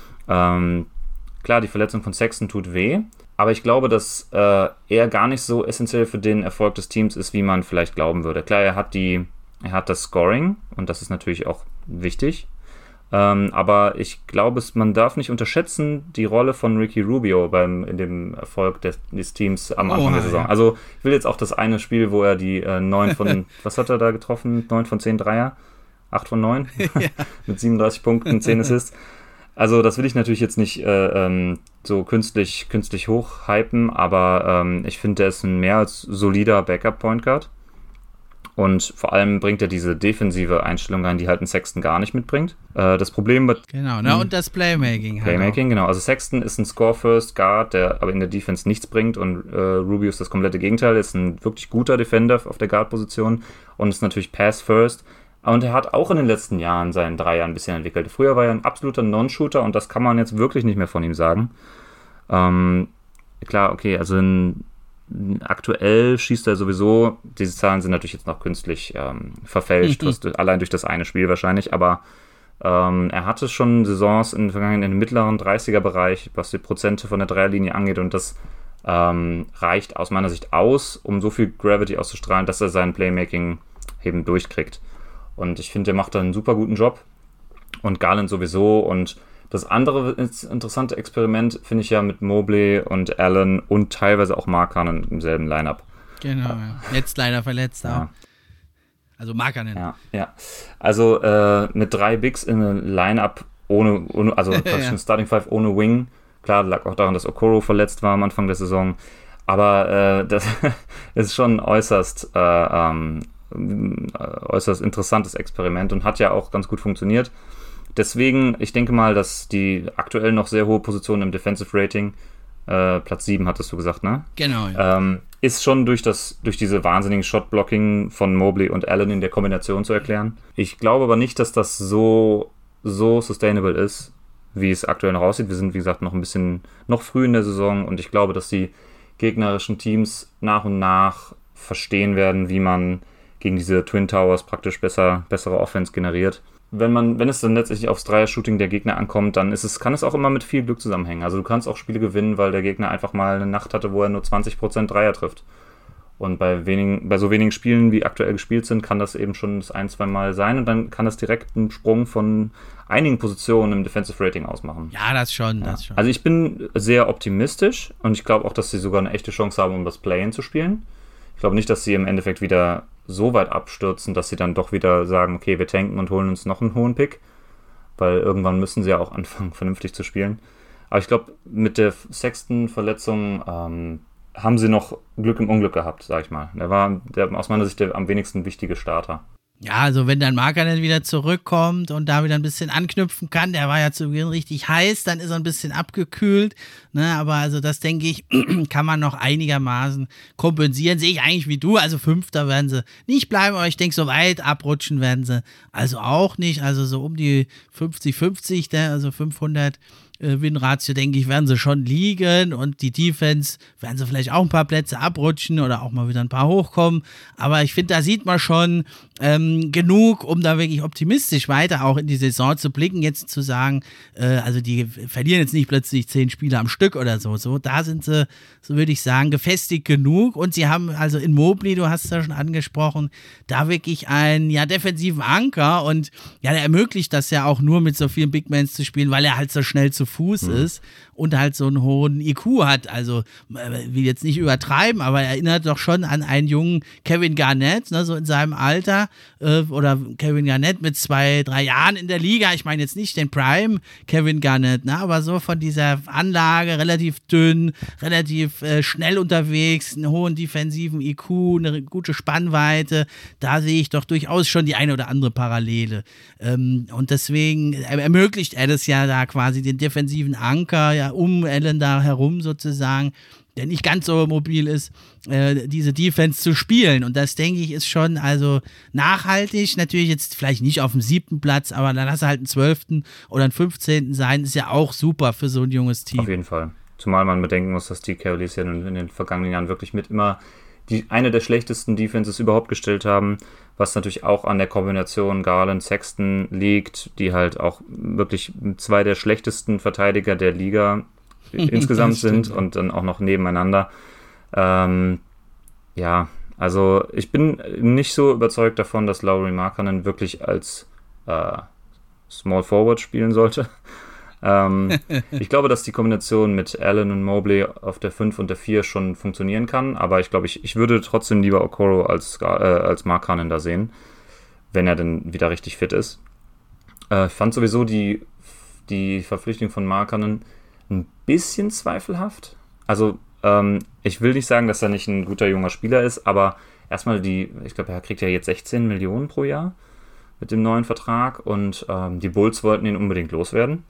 Ähm, Klar, die Verletzung von Sexton tut weh, aber ich glaube, dass äh, er gar nicht so essentiell für den Erfolg des Teams ist, wie man vielleicht glauben würde. Klar, er hat die, er hat das Scoring, und das ist natürlich auch wichtig. Ähm, aber ich glaube, man darf nicht unterschätzen die Rolle von Ricky Rubio beim, in dem Erfolg des, des Teams am Anfang oh, der Saison. Ja. Also ich will jetzt auch das eine Spiel, wo er die äh, neun von, was hat er da getroffen? neun von zehn Dreier? acht von neun? Ja. Mit siebenunddreißig Punkten, zehn Assists. Also das will ich natürlich jetzt nicht äh, ähm, so künstlich, künstlich hochhypen, aber ähm, ich finde, der ist ein mehr als solider Backup-Point Guard. Und vor allem bringt er diese defensive Einstellung rein, die halt ein Sexton gar nicht mitbringt. Äh, das Problem mit... Genau, ne? Und das Playmaking. Playmaking, halt genau. Also Sexton ist ein Score-First-Guard, der aber in der Defense nichts bringt. Und äh, Rubio ist das komplette Gegenteil. Er ist ein wirklich guter Defender auf der Guard-Position und ist natürlich Pass-First. Und er hat auch in den letzten Jahren seinen Dreier ein bisschen entwickelt. Früher war er ein absoluter Non-Shooter und das kann man jetzt wirklich nicht mehr von ihm sagen. Ähm, klar, okay, also ein... Aktuell schießt er sowieso, diese Zahlen sind natürlich jetzt noch künstlich ähm, verfälscht, was, allein durch das eine Spiel wahrscheinlich, aber ähm, er hatte schon Saisons in den vergangenen im mittleren dreißiger-Bereich, was die Prozente von der Dreierlinie angeht, und das ähm, reicht aus meiner Sicht aus, um so viel Gravity auszustrahlen, dass er sein Playmaking eben durchkriegt. Und ich finde, der macht da einen super guten Job und Garland sowieso. Und das andere interessante Experiment finde ich ja mit Mobley und Allen und teilweise auch Markkanen im selben Lineup. Genau, ja. Jetzt leider verletzt auch. Ja. Also Markkanen. Ja, ja. Also äh, mit drei Bigs in einem Lineup ohne, ohne also praktisch ja. ein Starting Five ohne Wing. Klar, lag auch daran, dass Okoro verletzt war am Anfang der Saison. Aber äh, das ist schon ein äußerst, äh, ähm, äußerst interessantes Experiment und hat ja auch ganz gut funktioniert. Deswegen, ich denke mal, dass die aktuell noch sehr hohe Position im Defensive Rating, äh, Platz sieben hattest du gesagt, ne? Genau, ja. Ähm, ist schon durch, das, durch diese wahnsinnigen Shot-Blocking von Mobley und Allen in der Kombination zu erklären. Ich glaube aber nicht, dass das so, so sustainable ist, wie es aktuell noch aussieht. Wir sind, wie gesagt, noch ein bisschen noch früh in der Saison und ich glaube, dass die gegnerischen Teams nach und nach verstehen werden, wie man gegen diese Twin Towers praktisch besser, bessere Offense generiert. Wenn man, wenn es dann letztendlich aufs Dreier-Shooting der Gegner ankommt, dann ist es, kann es auch immer mit viel Glück zusammenhängen. Also du kannst auch Spiele gewinnen, weil der Gegner einfach mal eine Nacht hatte, wo er nur zwanzig Prozent Dreier trifft. Und bei wenigen, bei so wenigen Spielen, wie aktuell gespielt sind, kann das eben schon das ein, zwei Mal sein und dann kann das direkt einen Sprung von einigen Positionen im Defensive Rating ausmachen. Ja, das schon, ja. das schon. Also ich bin sehr optimistisch und ich glaube auch, dass sie sogar eine echte Chance haben, um das Play-In zu spielen. Ich glaube nicht, dass sie im Endeffekt wieder so weit abstürzen, dass sie dann doch wieder sagen, okay, wir tanken und holen uns noch einen hohen Pick, weil irgendwann müssen sie ja auch anfangen, vernünftig zu spielen. Aber ich glaube, mit der Sexton-Verletzung ähm, haben sie noch Glück im Unglück gehabt, sag ich mal. Der war der, aus meiner Sicht der am wenigsten wichtige Starter. Ja, also wenn dann Markkanen wieder zurückkommt und da wieder ein bisschen anknüpfen kann, der war ja zu Beginn richtig heiß, dann ist er ein bisschen abgekühlt, ne, aber also das, denke ich, kann man noch einigermaßen kompensieren, sehe ich eigentlich wie du, also Fünfter werden sie nicht bleiben, aber ich denke, so weit abrutschen werden sie also auch nicht, also so um die fünfzig fünfzig, also fünfhundert Win-Ratio, denke ich, werden sie schon liegen und die Defense werden sie vielleicht auch ein paar Plätze abrutschen oder auch mal wieder ein paar hochkommen, aber ich finde, da sieht man schon ähm, genug, um da wirklich optimistisch weiter auch in die Saison zu blicken, jetzt zu sagen, äh, also die verlieren jetzt nicht plötzlich zehn Spiele am Stück oder so, so, da sind sie, so würde ich sagen, gefestigt genug und sie haben also in Mobley, du hast es ja schon angesprochen, da wirklich einen, ja, defensiven Anker und ja, der ermöglicht das ja auch nur mit so vielen Big Mans zu spielen, weil er halt so schnell zu Fuß mhm. ist und halt so einen hohen I Q hat. Also, will jetzt nicht übertreiben, aber er erinnert doch schon an einen jungen Kevin Garnett, ne, so in seinem Alter, äh, oder Kevin Garnett mit zwei, drei Jahren in der Liga. Ich meine jetzt nicht den Prime Kevin Garnett, ne, aber so von dieser Anlage, relativ dünn, relativ äh, schnell unterwegs, einen hohen defensiven I Q, eine gute Spannweite. Da sehe ich doch durchaus schon die eine oder andere Parallele. Ähm, und deswegen ermöglicht er das ja da quasi den defensiven Anker, ja, um Allen da herum sozusagen, der nicht ganz so mobil ist, äh, diese Defense zu spielen. Und das, denke ich, ist schon also nachhaltig. Natürlich jetzt vielleicht nicht auf dem siebten Platz, aber dann lass er halt einen zwölften oder einen fünfzehnten sein. Ist ja auch super für so ein junges Team. Auf jeden Fall. Zumal man bedenken muss, dass die Cavaliers ja in den vergangenen Jahren wirklich mit immer die eine der schlechtesten Defenses überhaupt gestellt haben, was natürlich auch an der Kombination Garland-Sexton liegt, die halt auch wirklich zwei der schlechtesten Verteidiger der Liga insgesamt sind und dann auch noch nebeneinander. Ähm, ja, also ich bin nicht so überzeugt davon, dass Lauri Markkanen wirklich als äh, Small Forward spielen sollte. ähm, ich glaube, dass die Kombination mit Allen und Mobley auf der fünf und der vier schon funktionieren kann, aber ich glaube, ich, ich würde trotzdem lieber Okoro als, äh, als Markkanen da sehen, wenn er denn wieder richtig fit ist. Äh, ich fand sowieso die, die Verpflichtung von Markkanen ein bisschen zweifelhaft. Also, ähm, ich will nicht sagen, dass er nicht ein guter junger Spieler ist, aber erstmal die, ich glaube, er kriegt ja jetzt sechzehn Millionen pro Jahr mit dem neuen Vertrag und ähm, die Bulls wollten ihn unbedingt loswerden.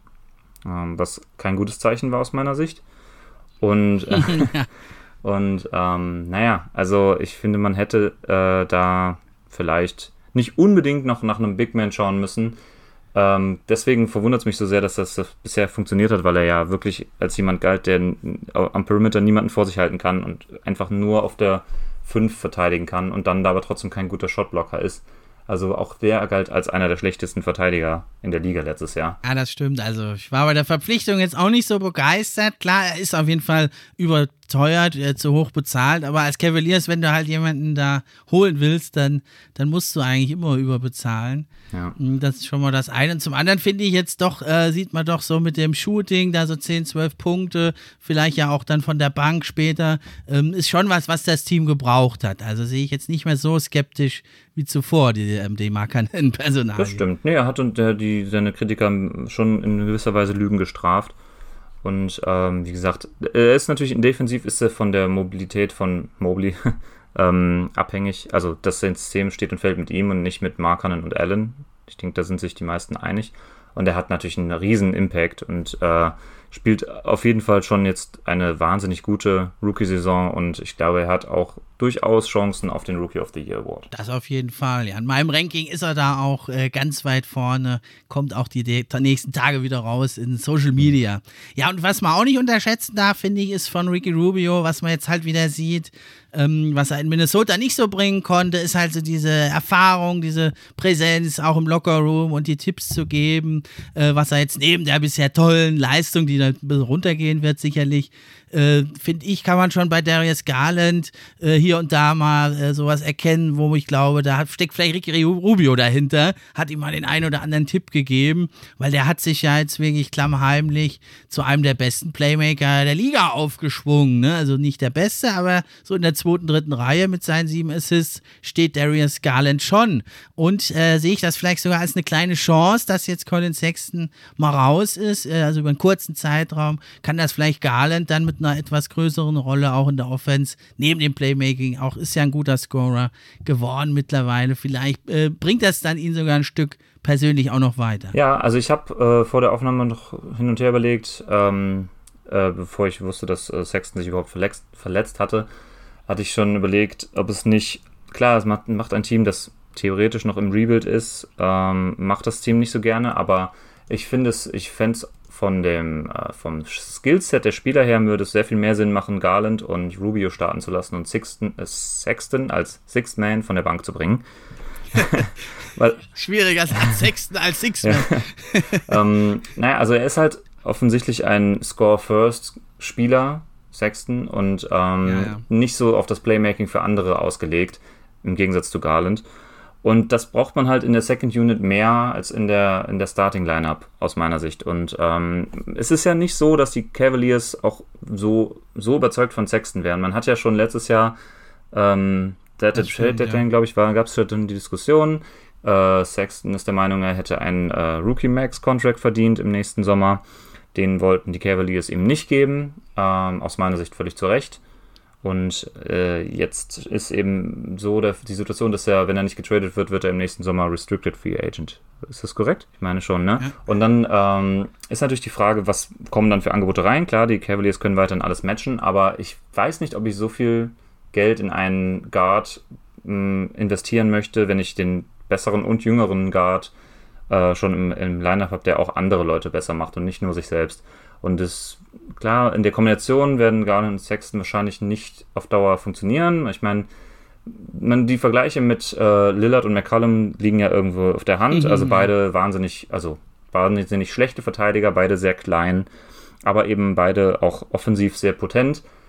Was kein gutes Zeichen war aus meiner Sicht. Und, äh, und ähm, naja, also ich finde, man hätte äh, da vielleicht nicht unbedingt noch nach einem Big Man schauen müssen. Ähm, deswegen verwundert es mich so sehr, dass das, das bisher funktioniert hat, weil er ja wirklich als jemand galt, der am Perimeter niemanden vor sich halten kann und einfach nur auf der fünf verteidigen kann und dann da aber trotzdem kein guter Shotblocker ist. Also auch der galt als einer der schlechtesten Verteidiger in der Liga letztes Jahr. Ja, das stimmt. Also ich war bei der Verpflichtung jetzt auch nicht so begeistert. Klar, er ist auf jeden Fall überteuert, äh, zu hoch bezahlt. Aber als Cavaliers, wenn du halt jemanden da holen willst, dann, dann musst du eigentlich immer überbezahlen. Ja. Das ist schon mal das eine. Und zum anderen finde ich jetzt doch, äh, sieht man doch so mit dem Shooting, da so zehn, zwölf Punkte, vielleicht ja auch dann von der Bank später, ähm, ist schon was, was das Team gebraucht hat. Also sehe ich jetzt nicht mehr so skeptisch wie zuvor, die, ähm, die markanten Personalien. Das stimmt. Nee, er hat und der, die, seine Kritiker schon in gewisser Weise Lügen gestraft. Und ähm, wie gesagt, er ist natürlich defensiv, ist er von der Mobilität von Mobley ähm, abhängig. Also das System steht und fällt mit ihm und nicht mit Markkanen und Allen. Ich denke, da sind sich die meisten einig. Und er hat natürlich einen riesen Impact und äh, spielt auf jeden Fall schon jetzt eine wahnsinnig gute Rookie-Saison und ich glaube, er hat auch durchaus Chancen auf den Rookie of the Year Award. Das auf jeden Fall, ja. In meinem Ranking ist er da auch äh, ganz weit vorne, kommt auch die de- nächsten Tage wieder raus in Social Media. Ja, und was man auch nicht unterschätzen darf, finde ich, ist von Ricky Rubio, was man jetzt halt wieder sieht, ähm, was er in Minnesota nicht so bringen konnte, ist halt so diese Erfahrung, diese Präsenz auch im Lockerroom und die Tipps zu geben, äh, was er jetzt neben der bisher tollen Leistung, die da ein bisschen runtergehen wird sicherlich, äh, finde ich, kann man schon bei Darius Garland äh, hier und da mal äh, sowas erkennen, wo ich glaube, da hat, steckt vielleicht Ricky Rubio dahinter, hat ihm mal den einen oder anderen Tipp gegeben, weil der hat sich ja jetzt wirklich klammheimlich zu einem der besten Playmaker der Liga aufgeschwungen, ne? Also nicht der Beste, aber so in der zweiten, dritten Reihe mit seinen sieben Assists steht Darius Garland schon und äh, sehe ich das vielleicht sogar als eine kleine Chance, dass jetzt Colin Sexton mal raus ist, äh, also über einen kurzen Zeitraum kann das vielleicht Garland dann mit einer etwas größeren Rolle auch in der Offense, neben dem Playmaking, auch ist ja ein guter Scorer geworden mittlerweile. Vielleicht äh, bringt das dann ihn sogar ein Stück persönlich auch noch weiter. Ja, also ich habe äh, vor der Aufnahme noch hin und her überlegt, ähm, äh, bevor ich wusste, dass äh, Sexton sich überhaupt verletzt, verletzt hatte, hatte ich schon überlegt, ob es nicht, klar, es macht, macht ein Team, das theoretisch noch im Rebuild ist, ähm, macht das Team nicht so gerne, aber ich finde es, ich fände es von dem, äh, vom Skillset der Spieler her würde es sehr viel mehr Sinn machen, Garland und Rubio starten zu lassen und Sexton, äh, Sexton als Sixth Man von der Bank zu bringen. Weil, schwieriger als Sexton als Sixth Man. Ja. ähm, naja, also er ist halt offensichtlich ein Score-First-Spieler, Sexton, und ähm, ja, ja. nicht so auf das Playmaking für andere ausgelegt, im Gegensatz zu Garland. Und das braucht man halt in der Second Unit mehr als in der, in der Starting-Lineup, aus meiner Sicht. Und ähm, es ist ja nicht so, dass die Cavaliers auch so, so überzeugt von Sexton wären. Man hat ja schon letztes Jahr, ähm, der Deadline, ja. glaube ich, gab es schon die Diskussion. Äh, Sexton ist der Meinung, er hätte einen äh, Rookie-Max-Contract verdient im nächsten Sommer. Den wollten die Cavaliers ihm nicht geben. Ähm, aus meiner Sicht völlig zu Recht. Und äh, jetzt ist eben so der, die Situation, dass er, wenn er nicht getradet wird, wird er im nächsten Sommer Restricted Free Agent. Ist das korrekt? Ich meine schon, ne? Ja. Und dann ähm, ist natürlich die Frage, was kommen dann für Angebote rein? Klar, die Cavaliers können weiterhin alles matchen, aber ich weiß nicht, ob ich so viel Geld in einen Guard mh, investieren möchte, wenn ich den besseren und jüngeren Guard äh, schon im, im Lineup habe, der auch andere Leute besser macht und nicht nur sich selbst. Und das, klar, in der Kombination werden Garland und Sexton wahrscheinlich nicht auf Dauer funktionieren. Ich meine, man, die Vergleiche mit äh, Lillard und McCollum liegen ja irgendwo auf der Hand. Mhm. Also beide wahnsinnig, also wahnsinnig schlechte Verteidiger, beide sehr klein, aber eben beide auch offensiv sehr potent.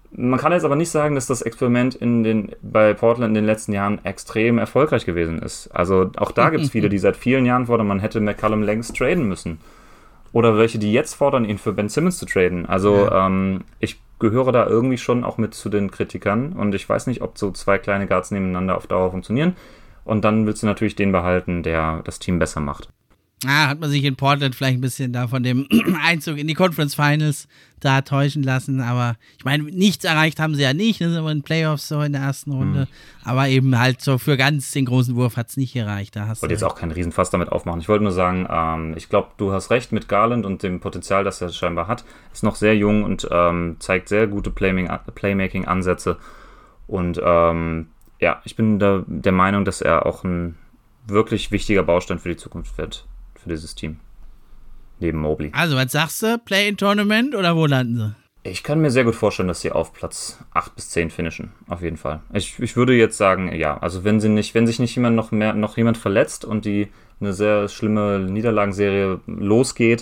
Man kann jetzt aber nicht sagen, dass das Experiment in den, bei Portland in den letzten Jahren extrem erfolgreich gewesen ist. Also auch da gibt es viele, die seit vielen Jahren fordern, man hätte McCollum längst traden müssen. Oder welche, die jetzt fordern, ihn für Ben Simmons zu traden. Also ja. ähm, ich gehöre da irgendwie schon auch mit zu den Kritikern und ich weiß nicht, ob so zwei kleine Guards nebeneinander auf Dauer funktionieren. Und dann willst du natürlich den behalten, der das Team besser macht. Ah, hat man sich in Portland vielleicht ein bisschen da von dem Einzug in die Conference Finals da täuschen lassen, aber ich meine, nichts erreicht haben sie ja nicht, das sind aber in Playoffs so in der ersten Runde, hm. aber eben halt so für ganz den großen Wurf hat es nicht gereicht. Da hast ich wollte jetzt auch keinen Riesenfass damit aufmachen, ich wollte nur sagen, ähm, ich glaube, du hast recht mit Garland und dem Potenzial, das er scheinbar hat, ist noch sehr jung und ähm, zeigt sehr gute Playmaking-Ansätze und ähm, ja, ich bin da der Meinung, dass er auch ein wirklich wichtiger Baustein für die Zukunft wird. Für dieses Team. Neben Mobley. Also, was sagst du? Play-in-Tournament oder wo landen sie? Ich kann mir sehr gut vorstellen, dass sie auf Platz acht bis zehn finishen. Auf jeden Fall. Ich, ich würde jetzt sagen, ja, also wenn sie nicht, wenn sich nicht jemand noch mehr, noch jemand verletzt und die eine sehr schlimme Niederlagenserie losgeht,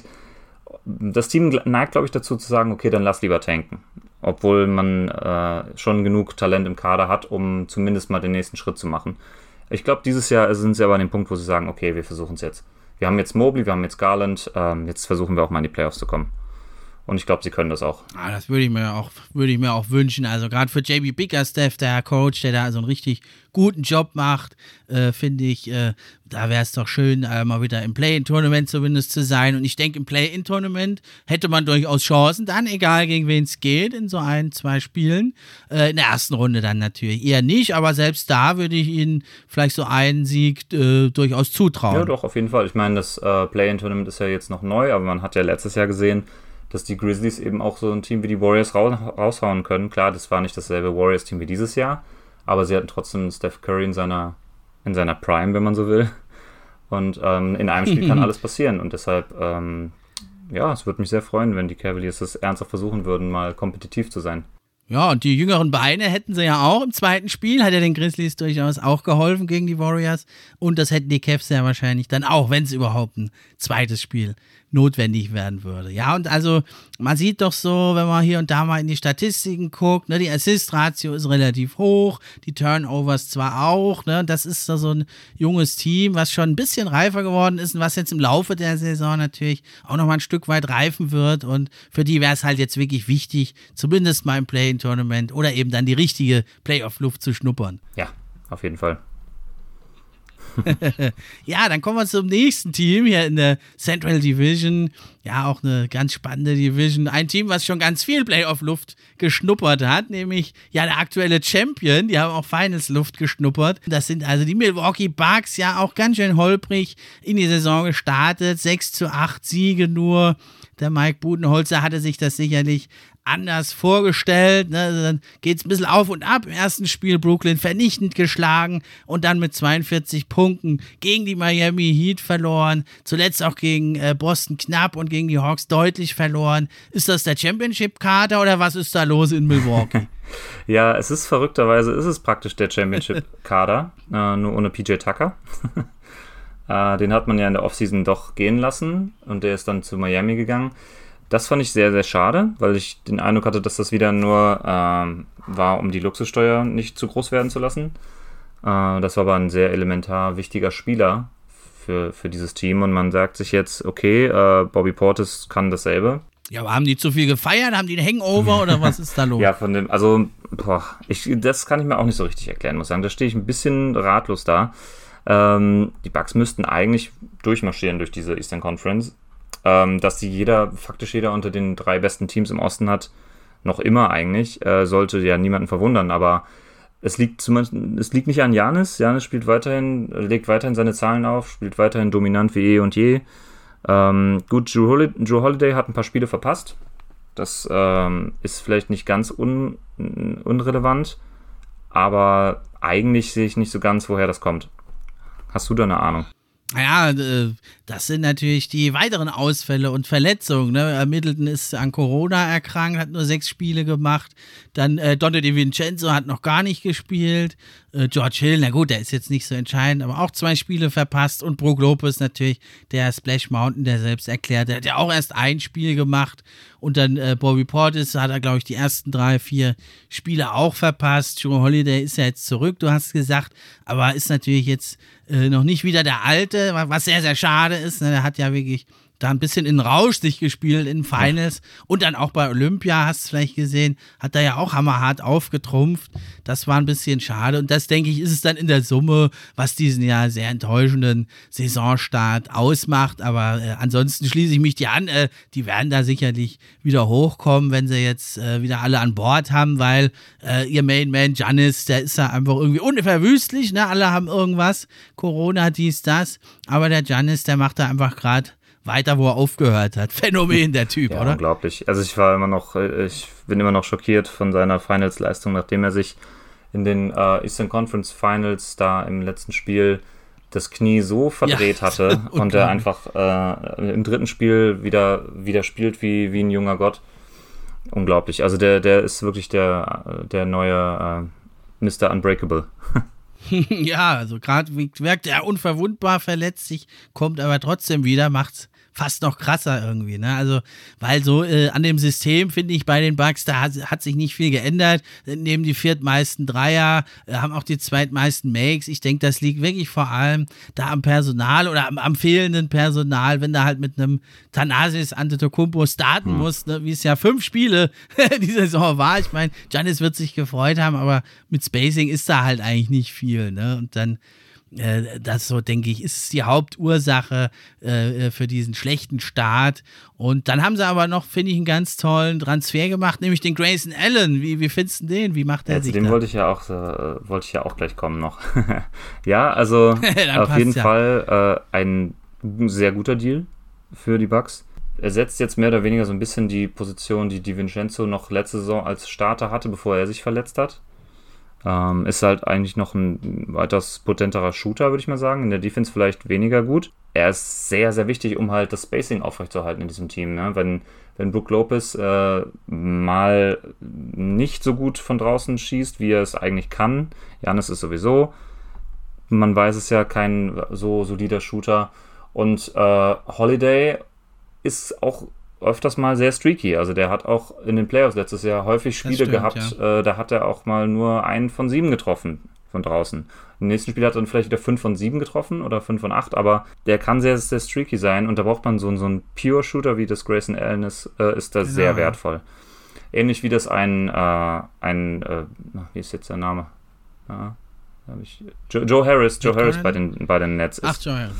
das Team neigt, glaube ich, dazu zu sagen, okay, dann lass lieber tanken. Obwohl man äh, schon genug Talent im Kader hat, um zumindest mal den nächsten Schritt zu machen. Ich glaube, dieses Jahr sind sie aber an dem Punkt, wo sie sagen, okay, wir versuchen es jetzt. Wir haben jetzt Mobley, wir haben jetzt Garland, ähm, jetzt versuchen wir auch mal in die Playoffs zu kommen. Und ich glaube, sie können das auch. Ah, das würde ich mir auch, würde ich mir auch wünschen. Also gerade für J B Bickerstaff, der Coach, der da so einen richtig guten Job macht, äh, finde ich, äh, da wäre es doch schön, äh, mal wieder im Play-in-Tournament zumindest zu sein. Und ich denke, im Play-in-Tournament hätte man durchaus Chancen, dann, egal gegen wen es geht, in so ein, zwei Spielen. Äh, in der ersten Runde dann natürlich eher nicht, aber selbst da würde ich ihnen vielleicht so einen Sieg äh, durchaus zutrauen. Ja, doch, auf jeden Fall. Ich meine, das äh, Play-in-Tournament ist ja jetzt noch neu, aber man hat ja letztes Jahr gesehen, dass die Grizzlies eben auch so ein Team wie die Warriors raushauen können. Klar, das war nicht dasselbe Warriors-Team wie dieses Jahr, aber sie hatten trotzdem Steph Curry in seiner, in seiner Prime, wenn man so will. Und ähm, in einem Spiel kann alles passieren. Und deshalb, ähm, ja, es würde mich sehr freuen, wenn die Cavaliers das ernsthaft versuchen würden, mal kompetitiv zu sein. Ja, und die jüngeren Beine hätten sie ja auch im zweiten Spiel, hat ja den Grizzlies durchaus auch geholfen gegen die Warriors. Und das hätten die Cavs ja wahrscheinlich dann auch, wenn es überhaupt ein zweites Spiel notwendig werden würde. Ja, und also man sieht doch so, wenn man hier und da mal in die Statistiken guckt, ne, die Assist-Ratio ist relativ hoch, die Turnovers zwar auch, ne, das ist so ein junges Team, was schon ein bisschen reifer geworden ist und was jetzt im Laufe der Saison natürlich auch noch mal ein Stück weit reifen wird und für die wäre es halt jetzt wirklich wichtig, zumindest mal im Play-in-Tournament oder eben dann die richtige Playoff-Luft zu schnuppern. Ja, auf jeden Fall. Ja, dann kommen wir zum nächsten Team hier in der Central Division. Ja, auch eine ganz spannende Division. Ein Team, was schon ganz viel Playoff-Luft geschnuppert hat, nämlich ja der aktuelle Champion. Die haben auch Finals-Luft geschnuppert. Das sind also die Milwaukee Bucks, ja auch ganz schön holprig in die Saison gestartet. sechs zu acht Siege nur. Der Mike Budenholzer hatte sich das sicherlich anders vorgestellt, ne? Also dann geht es ein bisschen auf und ab. Im ersten Spiel Brooklyn vernichtend geschlagen und dann mit zweiundvierzig Punkten gegen die Miami Heat verloren. Zuletzt auch gegen äh, Boston knapp und gegen die Hawks deutlich verloren. Ist das der Championship-Kader oder was ist da los in Milwaukee? Ja, es ist verrückterweise, ist es praktisch der Championship-Kader, äh, nur ohne P J Tucker. äh, den hat man ja in der Offseason doch gehen lassen und der ist dann zu Miami gegangen. Das fand ich sehr, sehr schade, weil ich den Eindruck hatte, dass das wieder nur ähm, war, um die Luxussteuer nicht zu groß werden zu lassen. Äh, das war aber ein sehr elementar wichtiger Spieler für, für dieses Team und man sagt sich jetzt, okay, äh, Bobby Portis kann dasselbe. Ja, aber haben die zu viel gefeiert? Haben die einen Hangover oder was ist da los? Ja, von dem, also, boah, ich, das kann ich mir auch nicht so richtig erklären, muss ich sagen. Da stehe ich ein bisschen ratlos da. Ähm, die Bucks müssten eigentlich durchmarschieren durch diese Eastern Conference. Ähm, dass die jeder, faktisch jeder unter den drei besten Teams im Osten hat, noch immer eigentlich, äh, sollte ja niemanden verwundern, aber es liegt zumindest, es liegt nicht an Giannis. Giannis spielt weiterhin, legt weiterhin seine Zahlen auf, spielt weiterhin dominant wie eh und je. Ähm, gut, Drew Holiday, Drew Holiday hat ein paar Spiele verpasst. Das ähm, ist vielleicht nicht ganz un, unrelevant, aber eigentlich sehe ich nicht so ganz, woher das kommt. Hast du da eine Ahnung? Ja, das sind natürlich die weiteren Ausfälle und Verletzungen. Ne? Middleton ist an Corona erkrankt, hat nur sechs Spiele gemacht. Dann äh, Donte DiVincenzo hat noch gar nicht gespielt. Äh, George Hill, na gut, der ist jetzt nicht so entscheidend, aber auch zwei Spiele verpasst. Und Brook Lopez natürlich, der Splash Mountain, der selbst erklärt, der hat ja auch erst ein Spiel gemacht. Und dann äh, Bobby Portis hat er, glaube ich, die ersten drei, vier Spiele auch verpasst. Jrue Holiday ist ja jetzt zurück, du hast gesagt, aber ist natürlich jetzt äh, noch nicht wieder der Alte, was sehr, sehr schade ist. Ne? Der hat ja wirklich da ein bisschen in Rausch sich gespielt in Finals und dann auch bei Olympia, hast du vielleicht gesehen, hat er ja auch hammerhart aufgetrumpft. Das war ein bisschen schade und das, denke ich, ist es dann in der Summe, was diesen ja sehr enttäuschenden Saisonstart ausmacht, aber äh, ansonsten schließe ich mich dir an, äh, die werden da sicherlich wieder hochkommen, wenn sie jetzt äh, wieder alle an Bord haben, weil äh, ihr Mainman Giannis, der ist ja einfach irgendwie unverwüstlich, ne? Alle haben irgendwas, Corona, dies, das, aber der Giannis, der macht da einfach gerade weiter, wo er aufgehört hat. Phänomen, der Typ, ja, oder? Unglaublich. Also ich war immer noch, ich bin immer noch schockiert von seiner Finals-Leistung, nachdem er sich in den äh, Eastern Conference Finals da im letzten Spiel das Knie so verdreht ja, hatte und er einfach äh, im dritten Spiel wieder, wieder spielt wie, wie ein junger Gott. Unglaublich. Also der, der ist wirklich der, der neue äh, Mister Unbreakable. Ja, also gerade wirkt er unverwundbar, verletzt sich, kommt aber trotzdem wieder, macht's fast noch krasser irgendwie, ne? Also, weil so äh, an dem System, finde ich, bei den Bucks, da hat, hat sich nicht viel geändert. Nehmen die viertmeisten Dreier, äh, haben auch die zweitmeisten Makes. Ich denke, das liegt wirklich vor allem da am Personal oder am, am fehlenden Personal, wenn da halt mit einem Thanasis Antetokounmpo starten hm. muss, ne? Wie es ja fünf Spiele die Saison war. Ich meine, Giannis wird sich gefreut haben, aber mit Spacing ist da halt eigentlich nicht viel, ne? Und dann das, so denke ich, ist die Hauptursache äh, für diesen schlechten Start. Und dann haben sie aber noch, finde ich, einen ganz tollen Transfer gemacht, nämlich den Grayson Allen. Wie, wie findest du den? Wie macht er ja, sich zu dem da? wollte ich ja auch, äh, wollte ich ja auch gleich kommen noch. Ja, also auf jeden ja. Fall äh, ein sehr guter Deal für die Bucks. Er setzt jetzt mehr oder weniger so ein bisschen die Position, die DiVincenzo noch letzte Saison als Starter hatte, bevor er sich verletzt hat. Ähm, ist halt eigentlich noch ein weitaus potenterer Shooter, würde ich mal sagen. In der Defense vielleicht weniger gut. Er ist sehr, sehr wichtig, um halt das Spacing aufrechtzuerhalten in diesem Team. Ne? Wenn, wenn Brook Lopez äh, mal nicht so gut von draußen schießt, wie er es eigentlich kann. Giannis ist sowieso, man weiß es ja, kein so solider Shooter. Und äh, Holiday ist auch öfters mal sehr streaky. Also der hat auch in den Playoffs letztes Jahr häufig Spiele stimmt, gehabt, ja. äh, da hat er auch mal nur einen von sieben getroffen von draußen. Im nächsten Spiel hat er dann vielleicht wieder fünf von sieben getroffen oder fünf von acht, aber der kann sehr, sehr streaky sein und da braucht man so, so einen Pure-Shooter, wie das Grayson Allen ist, äh, ist da genau. sehr wertvoll. Ähnlich wie das ein, äh, ein äh, wie ist jetzt der Name? Ja, hab ich, Joe, Joe Harris, Joe Harris bei den, bei den Nets ist. Ach, Joe Harris.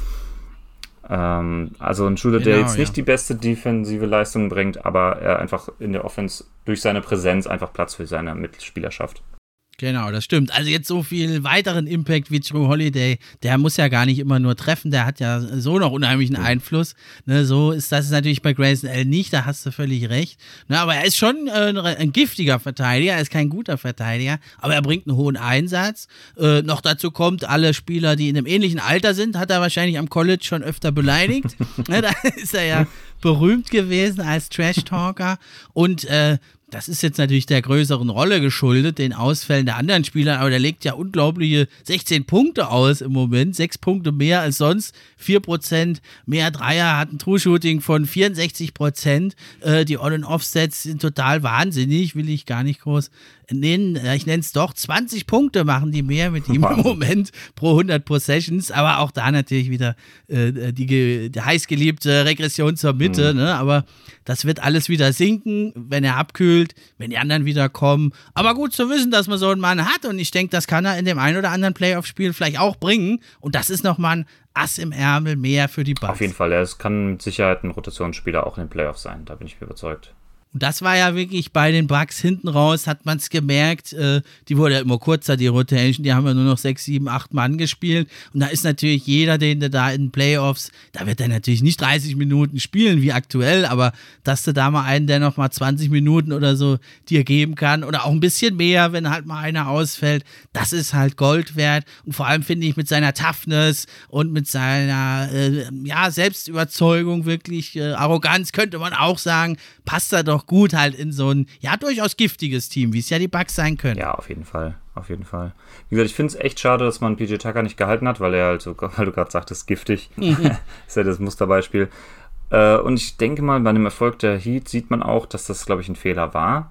Ähm, also ein Shooter, genau, der jetzt ja. nicht die beste defensive Leistung bringt, aber er einfach in der Offense durch seine Präsenz einfach Platz für seine Mitspieler schafft. Genau, das stimmt. Also jetzt so viel weiteren Impact wie Jrue Holiday, der muss ja gar nicht immer nur treffen, der hat ja so noch unheimlichen Einfluss. Ne, so ist das ist natürlich bei Grayson Allen nicht, da hast du völlig recht. Ne, aber er ist schon äh, ein giftiger Verteidiger, er ist kein guter Verteidiger, aber er bringt einen hohen Einsatz. Äh, noch dazu kommt, alle Spieler, die in einem ähnlichen Alter sind, hat er wahrscheinlich am College schon öfter beleidigt. Ne, da ist er ja berühmt gewesen als Trash-Talker und äh, das ist jetzt natürlich der größeren Rolle geschuldet, den Ausfällen der anderen Spieler, aber der legt ja unglaubliche sechzehn Punkte aus im Moment, sechs Punkte mehr als sonst, vier Prozent mehr Dreier, hat ein True-Shooting von vierundsechzig Prozent, äh, die On-and-Off-Sets sind total wahnsinnig, will ich gar nicht groß nennen, ich nenne es doch, zwanzig Punkte machen die mehr mit ihm im Moment pro hundert Possessions, aber auch da natürlich wieder äh, die, die heißgeliebte Regression zur Mitte, mhm. ne? Aber das wird alles wieder sinken, wenn er abkühlt, wenn die anderen wieder kommen, aber gut zu wissen, dass man so einen Mann hat und ich denke, das kann er in dem einen oder anderen Playoff-Spiel vielleicht auch bringen und das ist nochmal ein Ass im Ärmel mehr für die Bucks. Auf jeden Fall, es kann mit Sicherheit ein Rotationsspieler auch in den Playoffs sein, da bin ich mir überzeugt. Und das war ja wirklich bei den Bucks hinten raus, hat man es gemerkt, äh, die wurde ja immer kurzer, die Rotation, die haben ja nur noch sechs, sieben, acht Mann gespielt und da ist natürlich jeder, den du da in den Playoffs, da wird er natürlich nicht dreißig Minuten spielen wie aktuell, aber dass du da mal einen, der noch mal zwanzig Minuten oder so dir geben kann oder auch ein bisschen mehr, wenn halt mal einer ausfällt, das ist halt Gold wert und vor allem finde ich mit seiner Toughness und mit seiner äh, ja, Selbstüberzeugung, wirklich äh, Arroganz, könnte man auch sagen, passt er doch gut halt in so ein, ja, durchaus giftiges Team, wie es ja die Bucks sein können. Ja, auf jeden Fall, auf jeden Fall. Wie gesagt, ich finde es echt schade, dass man P J Tucker nicht gehalten hat, weil er halt so, weil du gerade sagtest, giftig, mhm. ist ja das Musterbeispiel. Äh, und ich denke mal, bei dem Erfolg der Heat sieht man auch, dass das, glaube ich, ein Fehler war.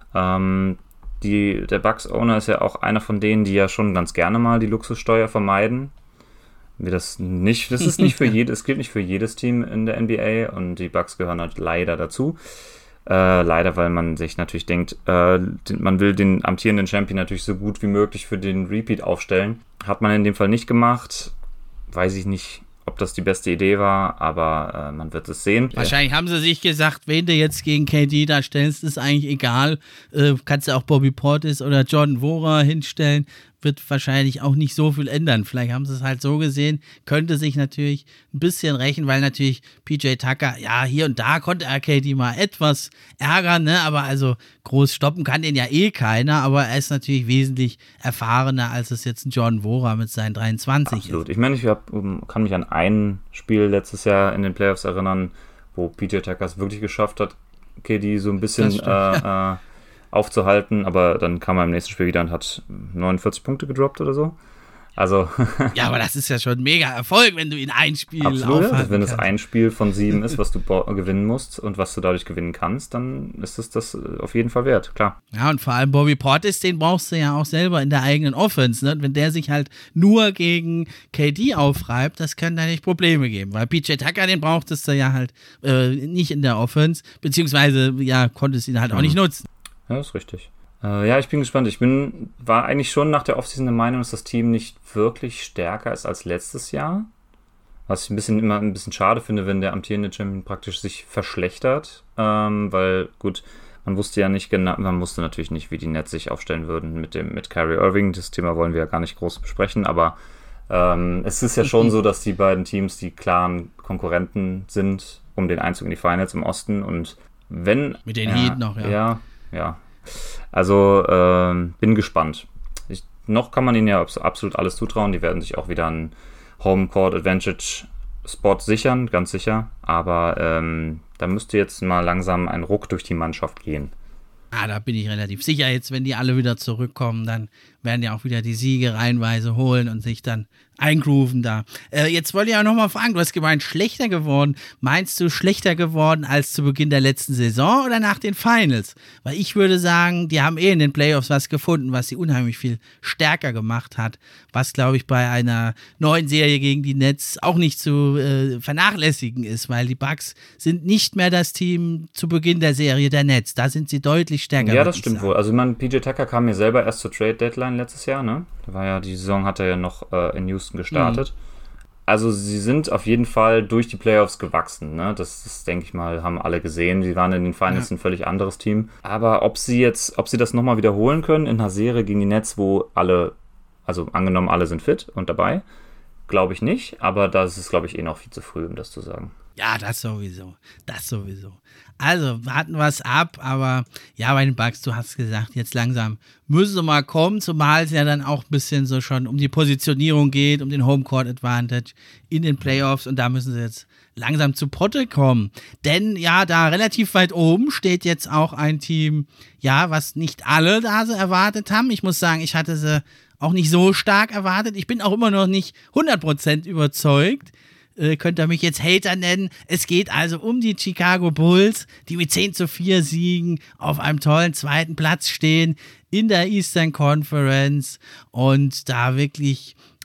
Ähm, die, der Bucks-Owner ist ja auch einer von denen, die ja schon ganz gerne mal die Luxussteuer vermeiden. Wir das nicht, das ist nicht für jedes, es gilt nicht für jedes Team in der N B A und die Bucks gehören halt leider dazu. Äh, leider, weil man sich natürlich denkt, äh, man will den amtierenden Champion natürlich so gut wie möglich für den Repeat aufstellen. Hat man in dem Fall nicht gemacht. Weiß ich nicht, ob das die beste Idee war, aber äh, man wird es sehen. Wahrscheinlich haben sie sich gesagt, wen du jetzt gegen K D da stellst, ist eigentlich egal. Äh, kannst du auch Bobby Portis oder Jordan Nwora hinstellen. Wird wahrscheinlich auch nicht so viel ändern. Vielleicht haben sie es halt so gesehen, könnte sich natürlich ein bisschen rächen, weil natürlich P J Tucker, ja, hier und da konnte er K D mal etwas ärgern, ne, aber also groß stoppen kann den ja eh keiner, aber er ist natürlich wesentlich erfahrener, als es jetzt ein Jordan Nwora mit seinen dreiundzwanzig Absolut. ist. Ich meine, ich hab, kann mich an ein Spiel letztes Jahr in den Playoffs erinnern, wo P J Tucker es wirklich geschafft hat, K D so ein bisschen stimmt, äh, ja. äh, aufzuhalten, aber dann kam er im nächsten Spiel wieder und hat neunundvierzig Punkte gedroppt oder so. Also ja, aber das ist ja schon ein mega Erfolg, wenn du ihn ein Spiel absolut, aufhalten ja. Wenn es kannst. ein Spiel von sieben ist, was du gewinnen musst und was du dadurch gewinnen kannst, dann ist es das auf jeden Fall wert, klar. Ja, und vor allem Bobby Portis, den brauchst du ja auch selber in der eigenen Offense, ne? Wenn der sich halt nur gegen K D aufreibt, das können da nicht Probleme geben, weil P J Tucker, den brauchtest du ja halt äh, nicht in der Offense, beziehungsweise, ja, konntest ihn halt auch mhm. nicht nutzen. Ja, ist richtig. Äh, ja, ich bin gespannt. Ich bin, war eigentlich schon nach der Offseason der Meinung, dass das Team nicht wirklich stärker ist als letztes Jahr. Was ich ein bisschen immer ein bisschen schade finde, wenn der amtierende Champion praktisch sich verschlechtert. Ähm, weil, gut, man wusste ja nicht genau, man wusste natürlich nicht, wie die Nets sich aufstellen würden mit dem, mit Kyrie Irving. Das Thema wollen wir ja gar nicht groß besprechen, aber ähm, es ist ja schon so, dass die beiden Teams die klaren Konkurrenten sind um den Einzug in die Finals im Osten und wenn. Mit den ja, Heat noch, ja. Ja, ja. Also, ähm, bin gespannt. Ich, noch kann man ihnen ja absolut alles zutrauen. Die werden sich auch wieder einen Home-Court Advantage-Spot sichern, ganz sicher. Aber ähm, da müsste jetzt mal langsam ein Ruck durch die Mannschaft gehen. Ah, da bin ich relativ sicher. Jetzt, wenn die alle wieder zurückkommen, dann werden die auch wieder die Siege reihenweise holen und sich dann eingrooven da. Äh, jetzt wollte ich auch nochmal fragen, du hast gemeint, schlechter geworden. Meinst du schlechter geworden als zu Beginn der letzten Saison oder nach den Finals? Weil ich würde sagen, die haben eh in den Playoffs was gefunden, was sie unheimlich viel stärker gemacht hat, was, glaube ich, bei einer neuen Serie gegen die Nets auch nicht zu äh, vernachlässigen ist, weil die Bucks sind nicht mehr das Team zu Beginn der Serie der Nets. Da sind sie deutlich stärker. Ja, das stimmt wohl. Also, ich meine, P J Tucker kam mir selber erst zur Trade-Deadline letztes Jahr, ne? Da war ja, die Saison hat er ja noch äh, in Houston gestartet. Mhm. Also sie sind auf jeden Fall durch die Playoffs gewachsen, ne? Das, das denke ich mal, haben alle gesehen. Sie waren in den Finals ja. ein völlig anderes Team. Aber ob sie jetzt, ob sie das nochmal wiederholen können in einer Serie gegen die Nets, wo alle, also angenommen alle sind fit und dabei, glaube ich nicht. Aber da ist es, glaube ich, eh noch viel zu früh, um das zu sagen. Ja, das sowieso. Das sowieso. Also, warten wir es ab, aber ja, bei den Bucks, du hast gesagt, jetzt langsam müssen sie mal kommen, zumal es ja dann auch ein bisschen so schon um die Positionierung geht, um den Homecourt Advantage in den Playoffs und da müssen sie jetzt langsam zu Potte kommen. Denn ja, da relativ weit oben steht jetzt auch ein Team, ja, was nicht alle da so erwartet haben. Ich muss sagen, ich hatte sie auch nicht so stark erwartet. Ich bin auch immer noch nicht hundert Prozent überzeugt. Äh, könnt ihr mich jetzt Hater nennen. Es geht also um die Chicago Bulls, die mit zehn zu vier Siegen auf einem tollen zweiten Platz stehen in der Eastern Conference und da wirklich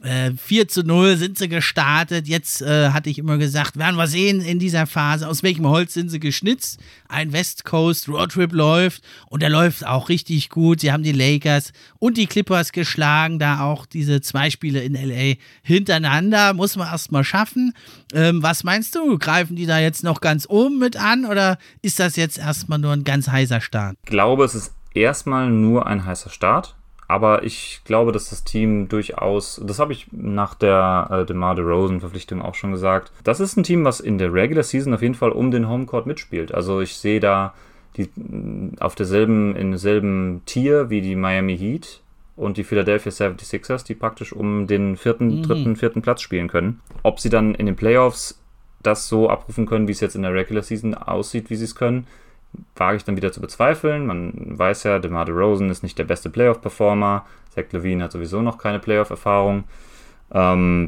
Äh, vier zu null sind sie gestartet. Jetzt äh, hatte ich immer gesagt, werden wir sehen in dieser Phase, aus welchem Holz sind sie geschnitzt. Ein West Coast Roadtrip läuft und der läuft auch richtig gut. Sie haben die Lakers und die Clippers geschlagen, da auch diese zwei Spiele in L A hintereinander. Muss man erstmal schaffen. Ähm, was meinst du? Greifen die da jetzt noch ganz oben mit an oder ist das jetzt erstmal nur ein ganz heißer Start? Ich glaube, es ist erstmal nur ein heißer Start. Aber ich glaube, dass das Team durchaus, das habe ich nach der äh, DeMar DeRozan-Verpflichtung auch schon gesagt, das ist ein Team, was in der Regular Season auf jeden Fall um den Homecourt mitspielt. Also ich sehe da die auf derselben, in derselben Tier wie die Miami Heat und die Philadelphia seventy-sixers, die praktisch um den vierten, mhm. dritten, vierten Platz spielen können. Ob sie dann in den Playoffs das so abrufen können, wie es jetzt in der Regular Season aussieht, wie sie es können, wage ich dann wieder zu bezweifeln. Man weiß ja, DeMar DeRozan ist nicht der beste Playoff-Performer. Zach LaVine hat sowieso noch keine Playoff-Erfahrung. Ähm,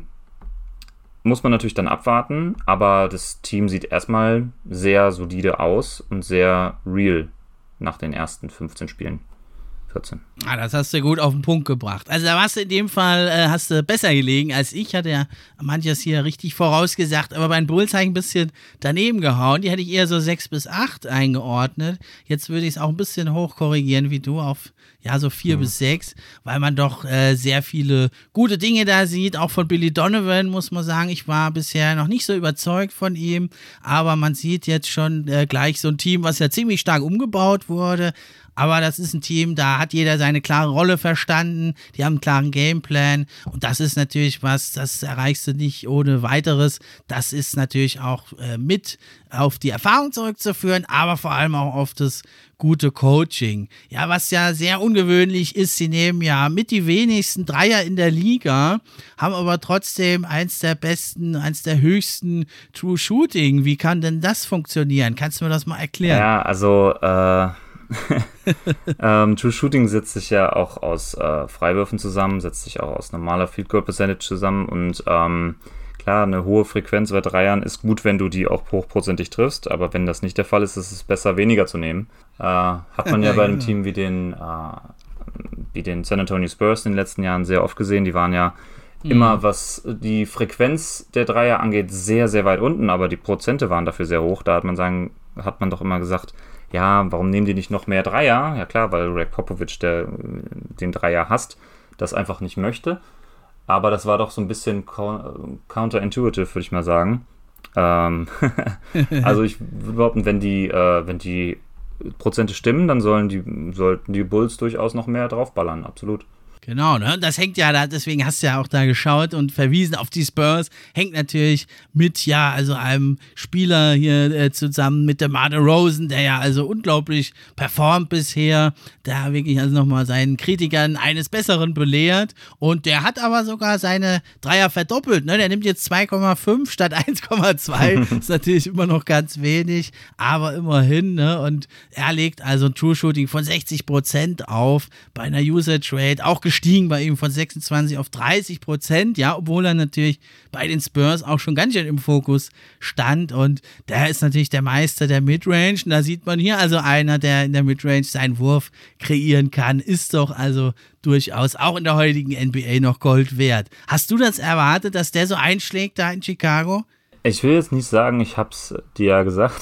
muss man natürlich dann abwarten, aber das Team sieht erstmal sehr solide aus und sehr real nach den ersten fünfzehn Spielen. vierzehn. Ah, das hast du gut auf den Punkt gebracht. Also da warst du in dem Fall, äh, hast du besser gelegen als ich. Hatte ja manches hier richtig vorausgesagt, aber bei den Bulls habe ich ein bisschen daneben gehauen. Die hätte ich eher so sechs bis acht eingeordnet. Jetzt würde ich es auch ein bisschen hoch korrigieren wie du auf ja so vier mhm. bis sechs, weil man doch äh, sehr viele gute Dinge da sieht. Auch von Billy Donovan muss man sagen, ich war bisher noch nicht so überzeugt von ihm, aber man sieht jetzt schon äh, gleich so ein Team, was ja ziemlich stark umgebaut wurde. Aber das ist ein Team, da hat jeder seine klare Rolle verstanden, die haben einen klaren Gameplan und das ist natürlich was, das erreichst du nicht ohne weiteres. Das ist natürlich auch äh, mit auf die Erfahrung zurückzuführen, aber vor allem auch auf das gute Coaching. Ja, was ja sehr ungewöhnlich ist, sie nehmen ja mit die wenigsten Dreier in der Liga, haben aber trotzdem eins der besten, eins der höchsten True Shooting. Wie kann denn das funktionieren? Kannst du mir das mal erklären? Ja, also äh ähm, True Shooting setzt sich ja auch aus äh, Freiwürfen zusammen, setzt sich auch aus normaler Field Goal Percentage zusammen und ähm, klar, eine hohe Frequenz bei Dreiern ist gut, wenn du die auch hochprozentig triffst, aber wenn das nicht der Fall ist, ist es besser, weniger zu nehmen. Äh, hat man ja bei einem Team wie den, äh, wie den San Antonio Spurs in den letzten Jahren sehr oft gesehen, die waren ja mhm. immer, was die Frequenz der Dreier angeht, sehr, sehr weit unten, aber die Prozente waren dafür sehr hoch, da hat man sagen, hat man doch immer gesagt, ja, warum nehmen die nicht noch mehr Dreier? Ja klar, weil Greg Popovich, der den Dreier hasst, das einfach nicht möchte. Aber das war doch so ein bisschen counterintuitive, würde ich mal sagen. Ähm also ich würde behaupten, wenn die, äh, wenn die Prozente stimmen, dann sollen die, sollten die Bulls durchaus noch mehr draufballern, absolut. Genau, ne? Das hängt ja da, deswegen hast du ja auch da geschaut und verwiesen auf die Spurs, hängt natürlich mit, ja, also einem Spieler hier äh, zusammen mit DeMar DeRozan, der ja also unglaublich performt bisher, der wirklich also nochmal seinen Kritikern eines Besseren belehrt und der hat aber sogar seine Dreier verdoppelt, ne? Der nimmt jetzt zwei Komma fünf statt eins Komma zwei, ist natürlich immer noch ganz wenig, aber immerhin, ne? Und er legt also ein True Shooting von sechzig Prozent auf, bei einer Usage Rate auch gestiegen bei ihm von sechsundzwanzig auf dreißig Prozent, ja, obwohl er natürlich bei den Spurs auch schon ganz schön im Fokus stand und der ist natürlich der Meister der Midrange und da sieht man hier also einer, der in der Midrange seinen Wurf kreieren kann, ist doch also durchaus auch in der heutigen N B A noch Gold wert. Hast du das erwartet, dass der so einschlägt da in Chicago? Ich will jetzt nicht sagen, ich hab's dir ja gesagt,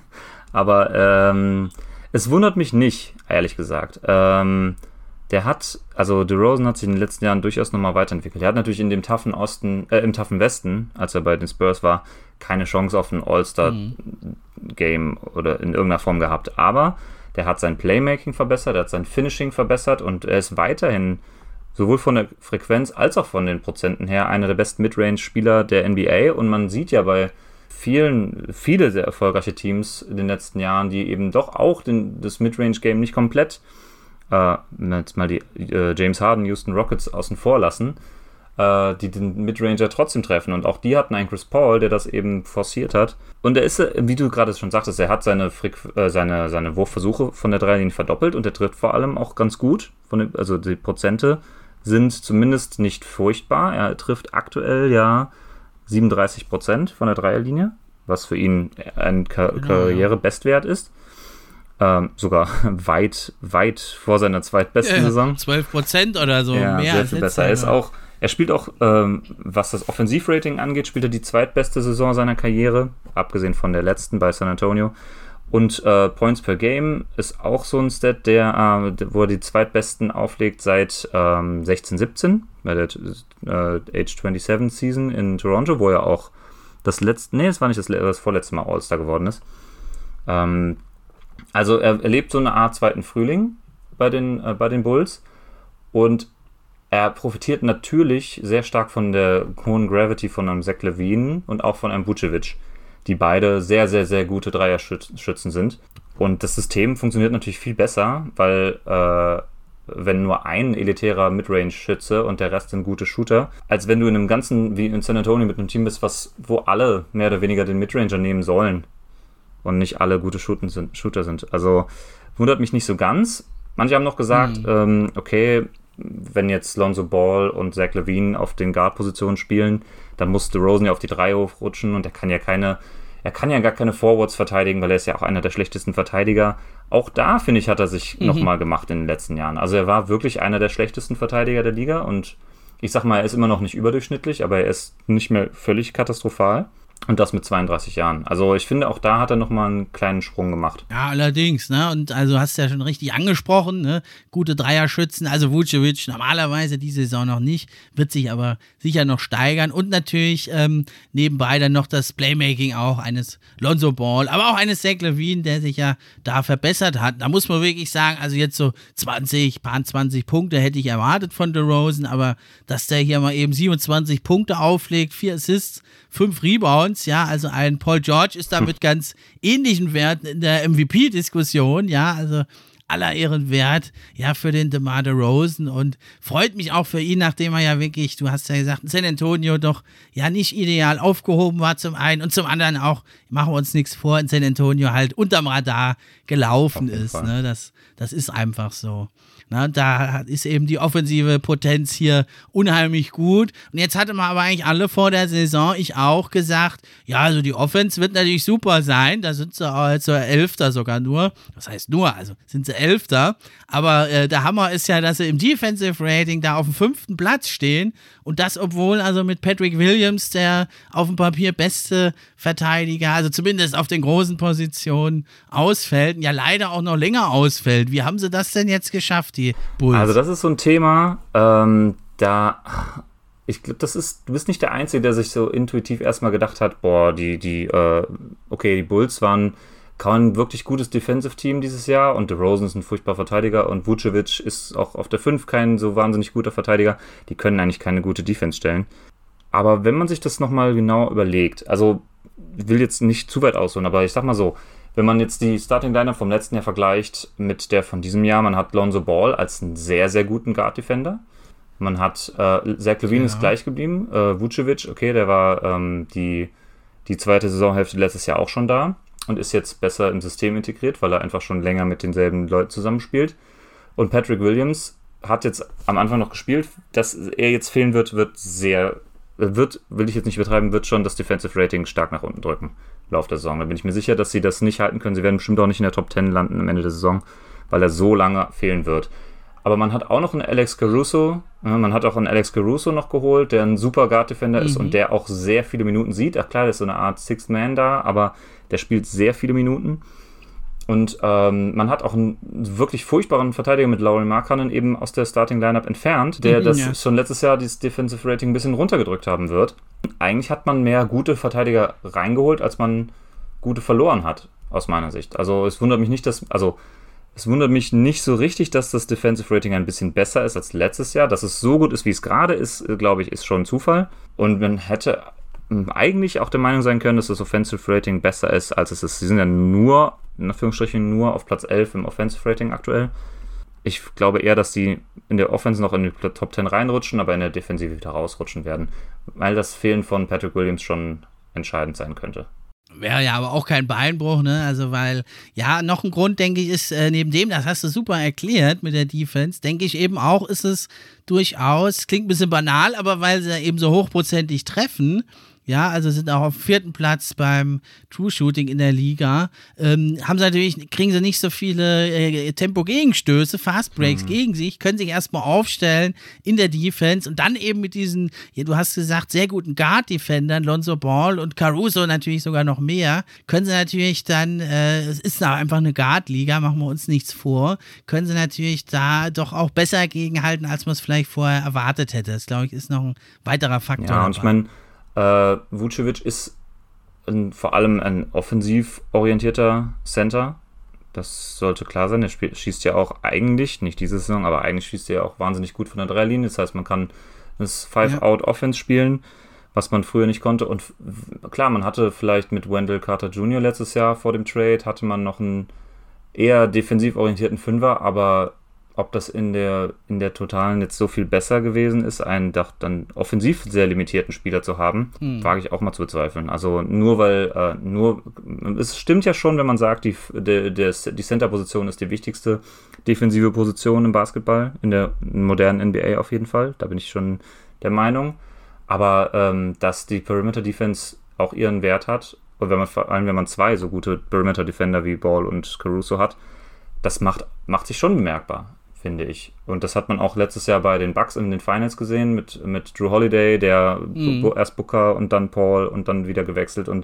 aber ähm, es wundert mich nicht, ehrlich gesagt. Ähm, Der hat, also DeRozan hat sich in den letzten Jahren durchaus nochmal weiterentwickelt. Er hat natürlich in dem taffen Osten, äh, im taffen Westen, als er bei den Spurs war, keine Chance auf ein All-Star-Game mhm. oder in irgendeiner Form gehabt. Aber der hat sein Playmaking verbessert, er hat sein Finishing verbessert und er ist weiterhin sowohl von der Frequenz als auch von den Prozenten her einer der besten Midrange-Spieler der N B A. Und man sieht ja bei vielen, viele sehr erfolgreiche Teams in den letzten Jahren, die eben doch auch den, das Midrange-Game nicht komplett Uh, jetzt mal die uh, James Harden, Houston Rockets außen vor lassen, uh, die den Midranger trotzdem treffen. Und auch die hatten einen Chris Paul, der das eben forciert hat. Und er ist, wie du gerade schon sagtest, er hat seine, Frequ- äh, seine, seine Wurfversuche von der Dreierlinie verdoppelt und er trifft vor allem auch ganz gut. Von den, also die Prozente sind zumindest nicht furchtbar. Er trifft aktuell ja siebenunddreißig Prozent von der Dreierlinie, was für ihn ein Kar- genau, Karriere-Bestwert ist. Ähm, sogar weit, weit vor seiner zweitbesten ja, Saison. zwölf Prozent oder so, ja, mehr sehr als viel besser. Er ist auch Er spielt auch, ähm, was das Offensivrating angeht, spielt er die zweitbeste Saison seiner Karriere, abgesehen von der letzten bei San Antonio. Und äh, Points per Game ist auch so ein Stat, der, äh, wo er die zweitbesten auflegt seit ähm, sechzehn siebzehn, bei der äh, Age siebenundzwanzig Season in Toronto, wo er auch das letzte, nee, das war nicht das, das vorletzte Mal All-Star geworden ist. Ähm, also er erlebt so eine Art zweiten Frühling bei den, äh, bei den Bulls und er profitiert natürlich sehr stark von der hohen Gravity von einem Zach LaVine und auch von einem Vucevic, die beide sehr, sehr, sehr gute Dreierschützen sind. Und das System funktioniert natürlich viel besser, weil äh, wenn nur ein elitärer Midrange-Schütze und der Rest sind gute Shooter, als wenn du in einem ganzen, wie in San Antonio mit einem Team bist, was, wo alle mehr oder weniger den Midranger nehmen sollen und nicht alle gute Shooter sind. Shooter sind. Also wundert mich nicht so ganz. Manche haben noch gesagt, mhm. ähm, okay, wenn jetzt Lonzo Ball und Zach LaVine auf den Guard-Positionen spielen, dann muss DeRozan ja auf die drei hochrutschen und er kann ja keine, er kann ja gar keine Forwards verteidigen, weil er ist ja auch einer der schlechtesten Verteidiger. Auch da, finde ich, hat er sich mhm. nochmal gemacht in den letzten Jahren. Also er war wirklich einer der schlechtesten Verteidiger der Liga und ich sag mal, er ist immer noch nicht überdurchschnittlich, aber er ist nicht mehr völlig katastrophal. Und das mit zweiunddreißig Jahren. Also ich finde, auch da hat er nochmal einen kleinen Sprung gemacht. Ja, allerdings, ne? Und also hast du ja schon richtig angesprochen, ne? Gute Dreierschützen, also Vucevic normalerweise die Saison noch nicht, wird sich aber sicher noch steigern. Und natürlich ähm, nebenbei dann noch das Playmaking auch eines Lonzo Ball, aber auch eines Zach LaVine, der sich ja da verbessert hat. Da muss man wirklich sagen, also jetzt so zwanzig, paar zwanzig Punkte hätte ich erwartet von DeRozan, aber dass der hier mal eben siebenundzwanzig Punkte auflegt, vier Assists, fünf Rebounds, ja, also ein Paul George ist da mit ganz ähnlichen Werten in der M V P-Diskussion, ja, also aller Ehren wert, ja, für den DeMar DeRozan und freut mich auch für ihn, nachdem er ja wirklich, du hast ja gesagt, in San Antonio doch ja nicht ideal aufgehoben war zum einen und zum anderen auch, machen wir uns nichts vor, in San Antonio halt unterm Radar gelaufen ist, Fall. ne, das, das ist einfach so. Na, da ist eben die offensive Potenz hier unheimlich gut. Und jetzt hatte man aber eigentlich alle vor der Saison, ich auch, gesagt, ja, also die Offense wird natürlich super sein. Da sind sie also Elfter sogar nur. Das heißt nur, also sind sie Elfter. Aber äh, der Hammer ist ja, dass sie im Defensive Rating da auf dem fünften Platz stehen. Und das, obwohl also mit Patrick Williams, der auf dem Papier beste Verteidiger, also zumindest auf den großen Positionen ausfällt, und ja leider auch noch länger ausfällt. Wie haben sie das denn jetzt geschafft, die Bulls? Also das ist so ein Thema, ähm, da, ich glaube, das ist, du bist nicht der Einzige, der sich so intuitiv erstmal gedacht hat, boah, die, die, äh, okay, die Bulls waren kein wirklich gutes Defensive-Team dieses Jahr und DeRozan ist ein furchtbarer Verteidiger und Vucevic ist auch auf der fünf kein so wahnsinnig guter Verteidiger. Die können eigentlich keine gute Defense stellen. Aber wenn man sich das nochmal genau überlegt, also ich will jetzt nicht zu weit ausholen, aber ich sag mal so, wenn man jetzt die Starting-Lineup vom letzten Jahr vergleicht mit der von diesem Jahr, man hat Lonzo Ball als einen sehr, sehr guten Guard-Defender. Man hat, äh, Zach LaVine ja. ist gleich geblieben, äh, Vucevic, okay, der war ähm, die, die zweite Saisonhälfte letztes Jahr auch schon da und ist jetzt besser im System integriert, weil er einfach schon länger mit denselben Leuten zusammenspielt. Und Patrick Williams hat jetzt am Anfang noch gespielt. Dass er jetzt fehlen wird, wird sehr, wird, will ich jetzt nicht übertreiben, wird schon das Defensive Rating stark nach unten drücken im Laufe der Saison. Da bin ich mir sicher, dass sie das nicht halten können. Sie werden bestimmt auch nicht in der Top zehn landen am Ende der Saison, weil er so lange fehlen wird. Aber man hat auch noch einen Alex Caruso, man hat auch einen Alex Caruso noch geholt, der ein super Guard-Defender mhm. ist und der auch sehr viele Minuten sieht. Ach klar, der ist so eine Art Sixth Man da, aber der spielt sehr viele Minuten. Und ähm, man hat auch einen wirklich furchtbaren Verteidiger mit Lauri Markkanen eben aus der Starting-Lineup entfernt, der mhm, das ja. schon letztes Jahr dieses Defensive Rating ein bisschen runtergedrückt haben wird. Eigentlich hat man mehr gute Verteidiger reingeholt, als man gute verloren hat, aus meiner Sicht. Also es wundert mich nicht, dass, also es wundert mich nicht so richtig, dass das Defensive Rating ein bisschen besser ist als letztes Jahr. Dass es so gut ist, wie es gerade ist, glaube ich, ist schon ein Zufall. Und man hätte eigentlich auch der Meinung sein können, dass das Offensive Rating besser ist, als es ist. Sie sind ja nur, in Anführungsstrichen, nur auf Platz elf im Offensive Rating aktuell. Ich glaube eher, dass die in der Offense noch in die Top zehn reinrutschen, aber in der Defensive wieder rausrutschen werden, weil das Fehlen von Patrick Williams schon entscheidend sein könnte. Wäre ja aber auch kein Beinbruch, ne? Also, weil, ja, noch ein Grund, denke ich, ist, äh, neben dem, das hast du super erklärt mit der Defense, denke ich eben auch, ist es durchaus, klingt ein bisschen banal, aber weil sie eben so hochprozentig treffen, Ja, also sind auch auf vierten Platz beim True Shooting in der Liga. Ähm, haben sie natürlich, kriegen sie nicht so viele äh, Tempo-Gegenstöße, Fast Breaks mhm. gegen sich, können sich erstmal aufstellen in der Defense und dann eben mit diesen, ja, du hast gesagt, sehr guten Guard-Defendern, Lonzo Ball und Caruso natürlich sogar noch mehr, können sie natürlich dann, äh, es ist einfach eine Guard-Liga, machen wir uns nichts vor, können sie natürlich da doch auch besser gegenhalten, als man es vielleicht vorher erwartet hätte. Das, glaube ich, ist noch ein weiterer Faktor. Ja, und ich meine, Uh, Vucevic ist ein, vor allem ein offensiv orientierter Center. Das sollte klar sein. Er spiel, schießt ja auch eigentlich, nicht diese Saison, aber eigentlich schießt er ja auch wahnsinnig gut von der Dreierlinie. Das heißt, man kann das Five-Out-Offense spielen, was man früher nicht konnte. Und f- klar, man hatte vielleicht mit Wendell Carter Junior letztes Jahr vor dem Trade, hatte man noch einen eher defensiv orientierten Fünfer, aber ob das in der, in der Totalen jetzt so viel besser gewesen ist, einen doch dann offensiv sehr limitierten Spieler zu haben, hm. wage ich auch mal zu bezweifeln. Also nur weil, äh, nur, es stimmt ja schon, wenn man sagt, die, die, die Center-Position ist die wichtigste defensive Position im Basketball, in der modernen N B A auf jeden Fall, da bin ich schon der Meinung. Aber ähm, dass die Perimeter-Defense auch ihren Wert hat, und wenn man, vor allem wenn man zwei so gute Perimeter-Defender wie Ball und Caruso hat, das macht, macht sich schon bemerkbar, finde ich. Und das hat man auch letztes Jahr bei den Bucks in den Finals gesehen, mit, mit Drew Holiday, der mhm. erst Booker und dann Paul und dann wieder gewechselt und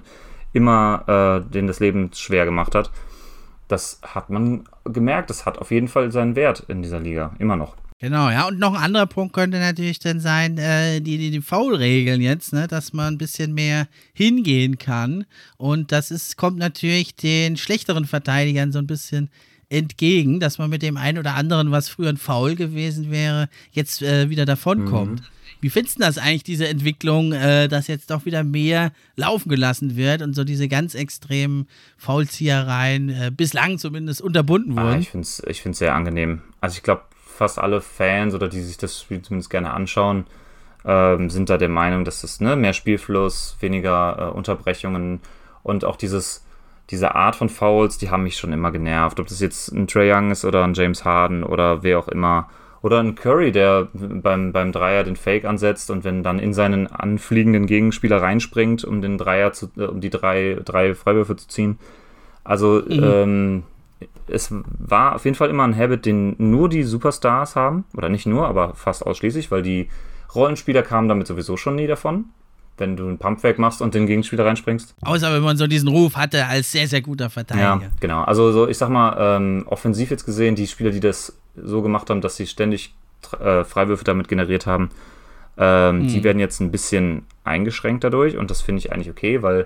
immer äh, denen das Leben schwer gemacht hat. Das hat man gemerkt, das hat auf jeden Fall seinen Wert in dieser Liga, immer noch. Genau, ja, und noch ein anderer Punkt könnte natürlich dann sein, äh, die, die, die Foul-Regeln jetzt, ne, dass man ein bisschen mehr hingehen kann. Und das ist, kommt natürlich den schlechteren Verteidigern so ein bisschen entgegen, dass man mit dem einen oder anderen, was früher ein Foul gewesen wäre, jetzt äh, wieder davonkommt. Mhm. Wie findest du das eigentlich, diese Entwicklung, äh, dass jetzt doch wieder mehr laufen gelassen wird und so diese ganz extremen Foulziehereien äh, bislang zumindest unterbunden wurden? Ah, ich finde es ich find's sehr angenehm. Also ich glaube, fast alle Fans oder die sich das Spiel zumindest gerne anschauen, ähm, sind da der Meinung, dass es ne, mehr Spielfluss, weniger äh, Unterbrechungen und auch dieses diese Art von Fouls, die haben mich schon immer genervt. Ob das jetzt ein Trae Young ist oder ein James Harden oder wer auch immer. Oder ein Curry, der beim, beim Dreier den Fake ansetzt und wenn dann in seinen anfliegenden Gegenspieler reinspringt, um den Dreier zu, äh, um die drei, drei Freiwürfe zu ziehen. Also mhm. ähm, es war auf jeden Fall immer ein Habit, den nur die Superstars haben. Oder nicht nur, aber fast ausschließlich, weil die Rollenspieler kamen damit sowieso schon nie davon. Wenn du einen Pumpfake machst und den Gegenspieler reinspringst. Außer wenn man so diesen Ruf hatte als sehr, sehr guter Verteidiger. Ja, genau. Also so, ich sag mal, ähm, offensiv jetzt gesehen, die Spieler, die das so gemacht haben, dass sie ständig äh, Freiwürfe damit generiert haben, ähm, hm. die werden jetzt ein bisschen eingeschränkt dadurch und das finde ich eigentlich okay, weil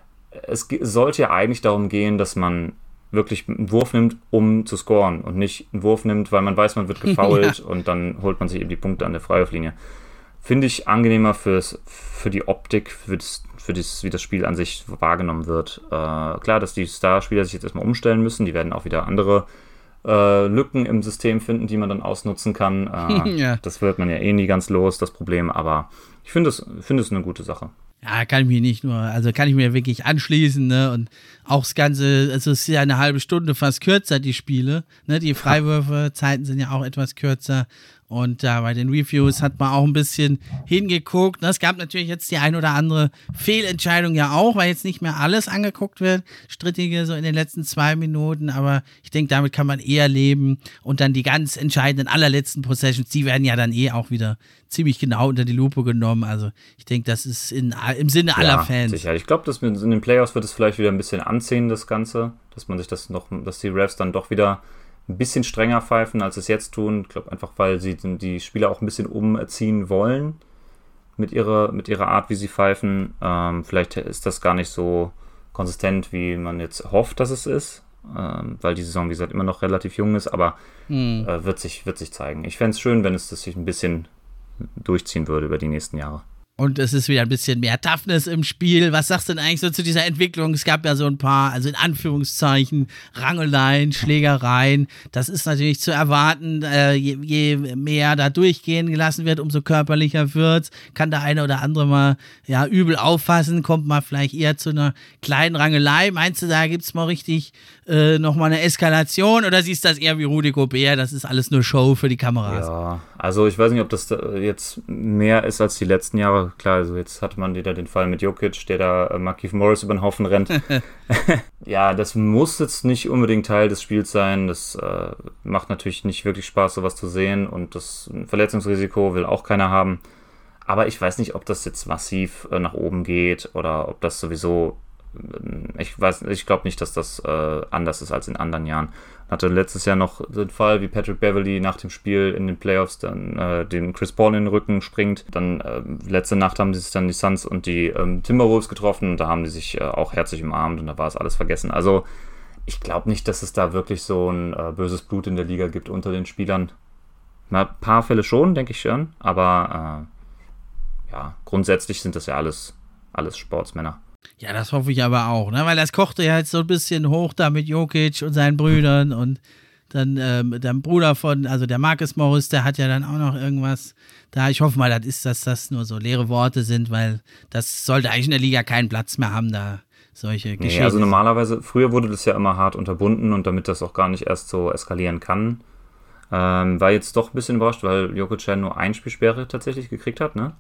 es ge- sollte ja eigentlich darum gehen, dass man wirklich einen Wurf nimmt, um zu scoren und nicht einen Wurf nimmt, weil man weiß, man wird gefoult ja. und dann holt man sich eben die Punkte an der Freiwurflinie. Finde ich angenehmer fürs, für die Optik, für das, für das, wie das Spiel an sich wahrgenommen wird. Äh, klar, dass die Starspieler sich jetzt erstmal umstellen müssen. Die werden auch wieder andere äh, Lücken im System finden, die man dann ausnutzen kann. Äh, ja. Das wird man ja eh nie ganz los, das Problem. Aber ich finde es, finde es eine gute Sache. Ja, kann ich mir nicht nur, also kann ich mir wirklich anschließen, ne, und auch das Ganze, also es ist ja eine halbe Stunde fast kürzer, die Spiele, ne, die Freiwürfe-Zeiten sind ja auch etwas kürzer und da äh, bei den Reviews hat man auch ein bisschen hingeguckt, ne? Es gab natürlich jetzt die ein oder andere Fehlentscheidung ja auch, weil jetzt nicht mehr alles angeguckt wird, strittige so in den letzten zwei Minuten, aber ich denke, damit kann man eher leben und dann die ganz entscheidenden allerletzten Possessions, die werden ja dann eh auch wieder ziemlich genau unter die Lupe genommen, also ich denke, das ist in, im Sinne ja, aller Fans. Sicher, ich glaube, dass in den Playoffs wird es vielleicht wieder ein bisschen anziehen, das Ganze, dass man sich das noch, dass die Refs dann doch wieder ein bisschen strenger pfeifen, als es jetzt tun. Ich glaube einfach, weil sie die Spieler auch ein bisschen umerziehen wollen mit ihrer, mit ihrer Art, wie sie pfeifen. Ähm, vielleicht ist das gar nicht so konsistent, wie man jetzt hofft, dass es ist, ähm, weil die Saison, wie gesagt, immer noch relativ jung ist, aber hm. äh, wird sich, wird sich zeigen. Ich fände es schön, wenn es das sich ein bisschen durchziehen würde über die nächsten Jahre. Und es ist wieder ein bisschen mehr Toughness im Spiel. Was sagst du denn eigentlich so zu dieser Entwicklung? Es gab ja so ein paar, also in Anführungszeichen, Rangeleien, Schlägereien. Das ist natürlich zu erwarten. Äh, je, je mehr da durchgehen gelassen wird, umso körperlicher wird's. Kann der eine oder andere mal ja übel auffassen, kommt mal vielleicht eher zu einer kleinen Rangelei. Meinst du, da gibt's mal richtig äh, nochmal eine Eskalation? Oder siehst du das eher wie Rudy Gobert? Das ist alles nur Show für die Kameras. Ja, also ich weiß nicht, ob das jetzt mehr ist als die letzten Jahre. äh, klar, also jetzt hat man wieder den Fall mit Jokic, der da äh, Markieff Morris über den Haufen rennt. Ja, das muss jetzt nicht unbedingt Teil des Spiels sein. Das äh, macht natürlich nicht wirklich Spaß, sowas zu sehen. Und das Verletzungsrisiko will auch keiner haben. Aber ich weiß nicht, ob das jetzt massiv äh, nach oben geht oder ob das sowieso... Ich weiß, ich glaube nicht, dass das äh, anders ist als in anderen Jahren. Hatte letztes Jahr noch den Fall, wie Patrick Beverley nach dem Spiel in den Playoffs dann äh, den Chris Paul in den Rücken springt. Dann äh, letzte Nacht haben sich dann die Suns und die ähm, Timberwolves getroffen und da haben die sich äh, auch herzlich umarmt und da war es alles vergessen. Also ich glaube nicht, dass es da wirklich so ein äh, böses Blut in der Liga gibt unter den Spielern. Na, ein paar Fälle schon, denke ich schon, aber äh, ja, grundsätzlich sind das ja alles, alles Sportsmänner. Ja, das hoffe ich aber auch, ne? Weil das kochte ja jetzt so ein bisschen hoch da mit Jokic und seinen Brüdern und dann ähm, der Bruder von, also der Marcus Morris, der hat ja dann auch noch irgendwas da. Ich hoffe mal, das ist, dass das nur so leere Worte sind, weil das sollte eigentlich in der Liga keinen Platz mehr haben, da solche Geschichten. Nee, also normalerweise, früher wurde das ja immer hart unterbunden und damit das auch gar nicht erst so eskalieren kann, ähm, war jetzt doch ein bisschen überrascht, weil Jokic ja nur ein Spielsperre tatsächlich gekriegt hat, ne?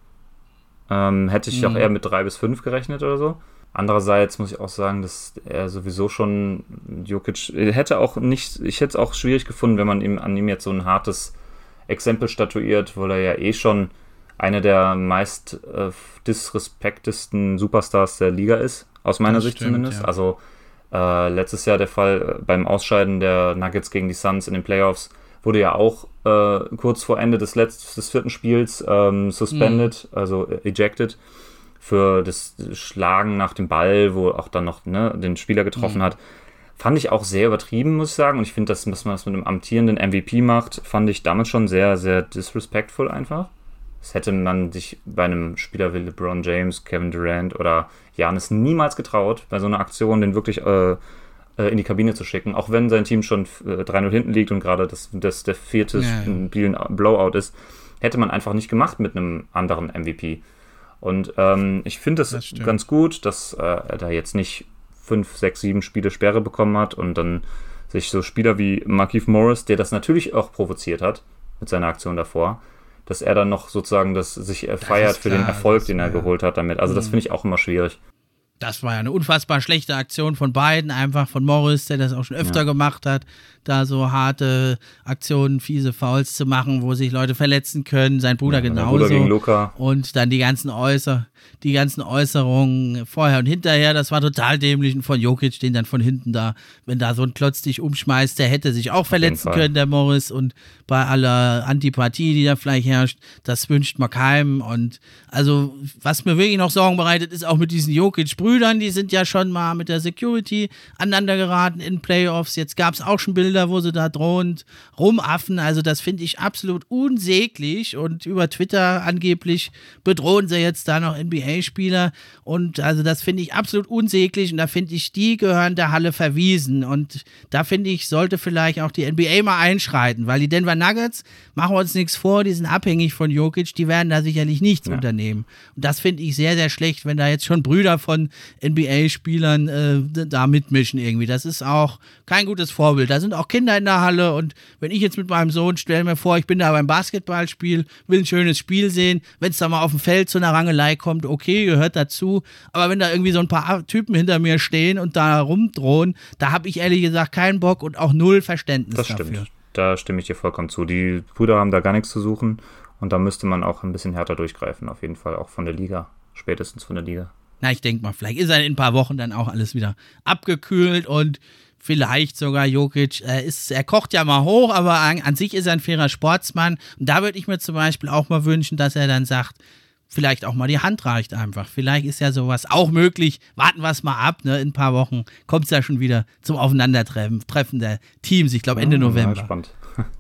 Ähm, hätte ich mhm. auch eher mit drei bis fünf gerechnet oder so. Andererseits muss ich auch sagen, dass er sowieso schon Jokic hätte auch nicht, ich hätte es auch schwierig gefunden, wenn man ihm an ihm jetzt so ein hartes Exempel statuiert, weil er ja eh schon einer der meist äh, disrespektesten Superstars der Liga ist, aus meiner das Sicht stimmt, zumindest. Ja. Also äh, letztes Jahr der Fall äh, beim Ausscheiden der Nuggets gegen die Suns in den Playoffs wurde ja auch äh, kurz vor Ende des letzten, des vierten Spiels ähm, suspended, mhm. also äh, ejected. Für das Schlagen nach dem Ball, wo auch dann noch ne, den Spieler getroffen mhm. hat, fand ich auch sehr übertrieben, muss ich sagen. Und ich finde, dass, dass man das mit einem amtierenden M V P macht, fand ich damals schon sehr, sehr disrespectful einfach. Das hätte man sich bei einem Spieler wie LeBron James, Kevin Durant oder Giannis niemals getraut, bei so einer Aktion den wirklich äh, in die Kabine zu schicken, auch wenn sein Team schon äh, drei null hinten liegt und gerade das, das der vierte ja, Spiel ein Blowout ist, hätte man einfach nicht gemacht mit einem anderen M V P. Und ähm, ich finde es das ganz gut, dass äh, er da jetzt nicht fünf, sechs, sieben Spiele Sperre bekommen hat und dann sich so Spieler wie Markieff Morris, der das natürlich auch provoziert hat mit seiner Aktion davor, dass er dann noch sozusagen das sich äh, feiert für klar, den Erfolg, den er ja. geholt hat damit. Also das finde ich auch immer schwierig. Das war ja eine unfassbar schlechte Aktion von beiden, einfach von Morris, der das auch schon öfter ja. gemacht hat, da so harte Aktionen, fiese Fouls zu machen, wo sich Leute verletzen können, sein Bruder ja, genauso. Bruder gegen Luka. Und dann die ganzen Äußer, die ganzen Äußerungen vorher und hinterher, das war total dämlich. Und von Jokic, den dann von hinten da, wenn da so ein Klotz dich umschmeißt, der hätte sich auch verletzen können, der Morris. Und bei aller Antipathie, die da vielleicht herrscht, das wünscht man keinem. Und also, was mir wirklich noch Sorgen bereitet, ist auch mit diesen Jokic-Brüdern, die sind ja schon mal mit der Security aneinander geraten in Playoffs. Jetzt gab es auch schon Bilder, wo sie da drohend rumaffen. Also das finde ich absolut unsäglich. Und über Twitter angeblich bedrohen sie jetzt da noch N B A-Spieler. Und also das finde ich absolut unsäglich. Und da finde ich, die gehören der Halle verwiesen. Und da finde ich, sollte vielleicht auch die N B A mal einschreiten. Weil die Denver Nuggets, machen wir uns nichts vor, die sind abhängig von Jokic. Die werden da sicherlich nichts ja. unternehmen. Und das finde ich sehr, sehr schlecht, wenn da jetzt schon Brüder von N B A-Spielern äh, da mitmischen irgendwie. Das ist auch kein gutes Vorbild. Da sind auch Kinder in der Halle und wenn ich jetzt mit meinem Sohn, stell mir vor, ich bin da beim Basketballspiel, will ein schönes Spiel sehen, wenn es da mal auf dem Feld zu einer Rangelei kommt, okay, gehört dazu, aber wenn da irgendwie so ein paar Typen hinter mir stehen und da rumdrohen, da habe ich ehrlich gesagt keinen Bock und auch null Verständnis das dafür. Stimmt, da stimme ich dir vollkommen zu. Die Brüder haben da gar nichts zu suchen und da müsste man auch ein bisschen härter durchgreifen, auf jeden Fall, auch von der Liga, spätestens von der Liga. Na, ich denke mal, vielleicht ist er in ein paar Wochen dann auch alles wieder abgekühlt und vielleicht sogar Jokic, er, ist, er kocht ja mal hoch, aber an, an sich ist er ein fairer Sportsmann. Und da würde ich mir zum Beispiel auch mal wünschen, dass er dann sagt, vielleicht auch mal die Hand reicht einfach. Vielleicht ist ja sowas auch möglich. Warten wir es mal ab, ne? In ein paar Wochen kommt es ja schon wieder zum Aufeinandertreffen Treffen der Teams, ich glaube Ende oh, November. Ja, spannend.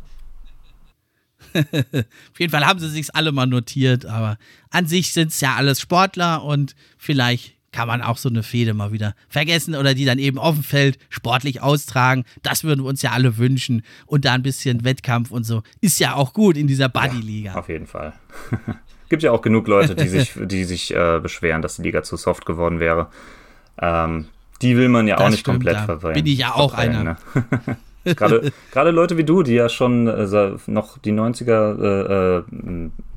Auf jeden Fall haben sie sich's alle mal notiert, aber an sich sind es ja alles Sportler und vielleicht kann man auch so eine Fehde mal wieder vergessen oder die dann eben auf dem Feld sportlich austragen. Das würden wir uns ja alle wünschen und da ein bisschen Wettkampf und so ist ja auch gut in dieser Buddy-Liga. Ja, auf jeden Fall. Gibt ja auch genug Leute, die sich, die sich äh, beschweren, dass die Liga zu soft geworden wäre. Ähm, die will man ja das auch nicht stimmt, komplett verbrennen. Bin ich ja auch einer. Ne? Gerade, gerade Leute wie du, die ja schon äh, noch die neunziger äh,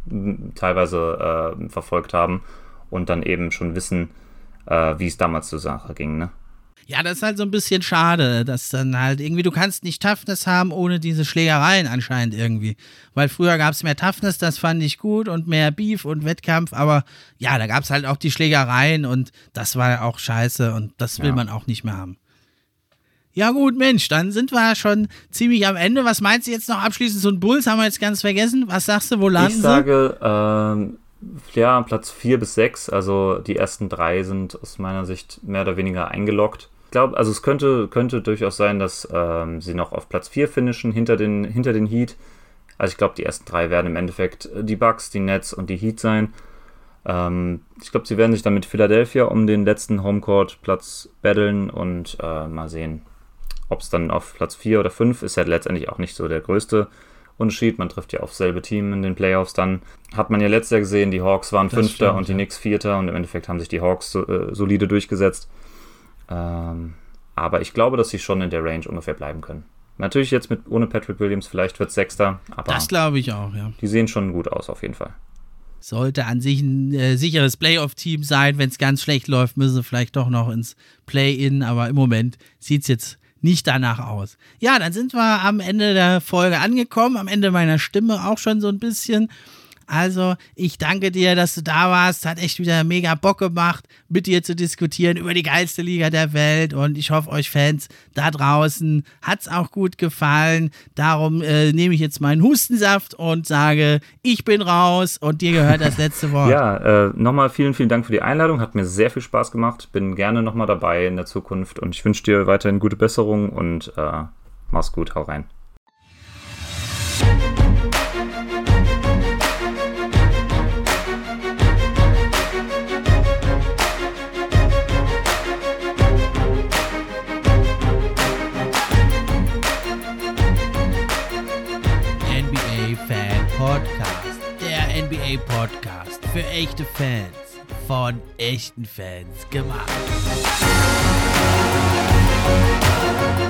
teilweise äh, verfolgt haben und dann eben schon wissen, äh, wie es damals zur Sache ging, ne? Ja, das ist halt so ein bisschen schade, dass dann halt irgendwie, du kannst nicht Toughness haben ohne diese Schlägereien anscheinend irgendwie. Weil früher gab es mehr Toughness, das fand ich gut und mehr Beef und Wettkampf, aber ja, da gab es halt auch die Schlägereien und das war auch scheiße und das will ja. man auch nicht mehr haben. Ja gut, Mensch, dann sind wir schon ziemlich am Ende. Was meinst du jetzt noch abschließend? So ein Bulls haben wir jetzt ganz vergessen. Was sagst du, wo landen sie? Ich sage, ähm, ja, Platz vier bis sechs, also die ersten drei sind aus meiner Sicht mehr oder weniger eingeloggt. Ich glaube, also es könnte, könnte durchaus sein, dass ähm, sie noch auf Platz vier finishen, hinter den, hinter den Heat. Also ich glaube, die ersten drei werden im Endeffekt die Bucks, die Nets und die Heat sein. Ähm, ich glaube, sie werden sich dann mit Philadelphia um den letzten Homecourt-Platz battlen und äh, mal sehen, ob es dann auf Platz vier oder fünf ist. Ja letztendlich auch nicht so der größte Unterschied. Man trifft ja auf selbe Team in den Playoffs dann. Hat man ja letztes Jahr gesehen, die Hawks waren das Fünfter stimmt, und die ja. Knicks Vierter und im Endeffekt haben sich die Hawks so, äh, solide durchgesetzt. Ähm, aber ich glaube, dass sie schon in der Range ungefähr bleiben können. Natürlich jetzt mit ohne Patrick Williams, vielleicht wird es Sechster, aber das glaube ich auch, ja. Die sehen schon gut aus, auf jeden Fall. Sollte an sich ein äh, sicheres Playoff-Team sein. Wenn es ganz schlecht läuft, müssen sie vielleicht doch noch ins Play-In, aber im Moment sieht es jetzt nicht danach aus. Ja, dann sind wir am Ende der Folge angekommen, am Ende meiner Stimme auch schon so ein bisschen. Also, ich danke dir, dass du da warst. Hat echt wieder mega Bock gemacht, mit dir zu diskutieren über die geilste Liga der Welt. Und ich hoffe, euch Fans da draußen hat's auch gut gefallen. Darum äh, nehme ich jetzt meinen Hustensaft und sage, ich bin raus und dir gehört das letzte Wort. Ja, äh, nochmal vielen, vielen Dank für die Einladung. Hat mir sehr viel Spaß gemacht. Bin gerne nochmal dabei in der Zukunft. Und ich wünsche dir weiterhin gute Besserung und äh, mach's gut. Hau rein. Podcast, der N B A-Podcast für echte Fans, von echten Fans gemacht.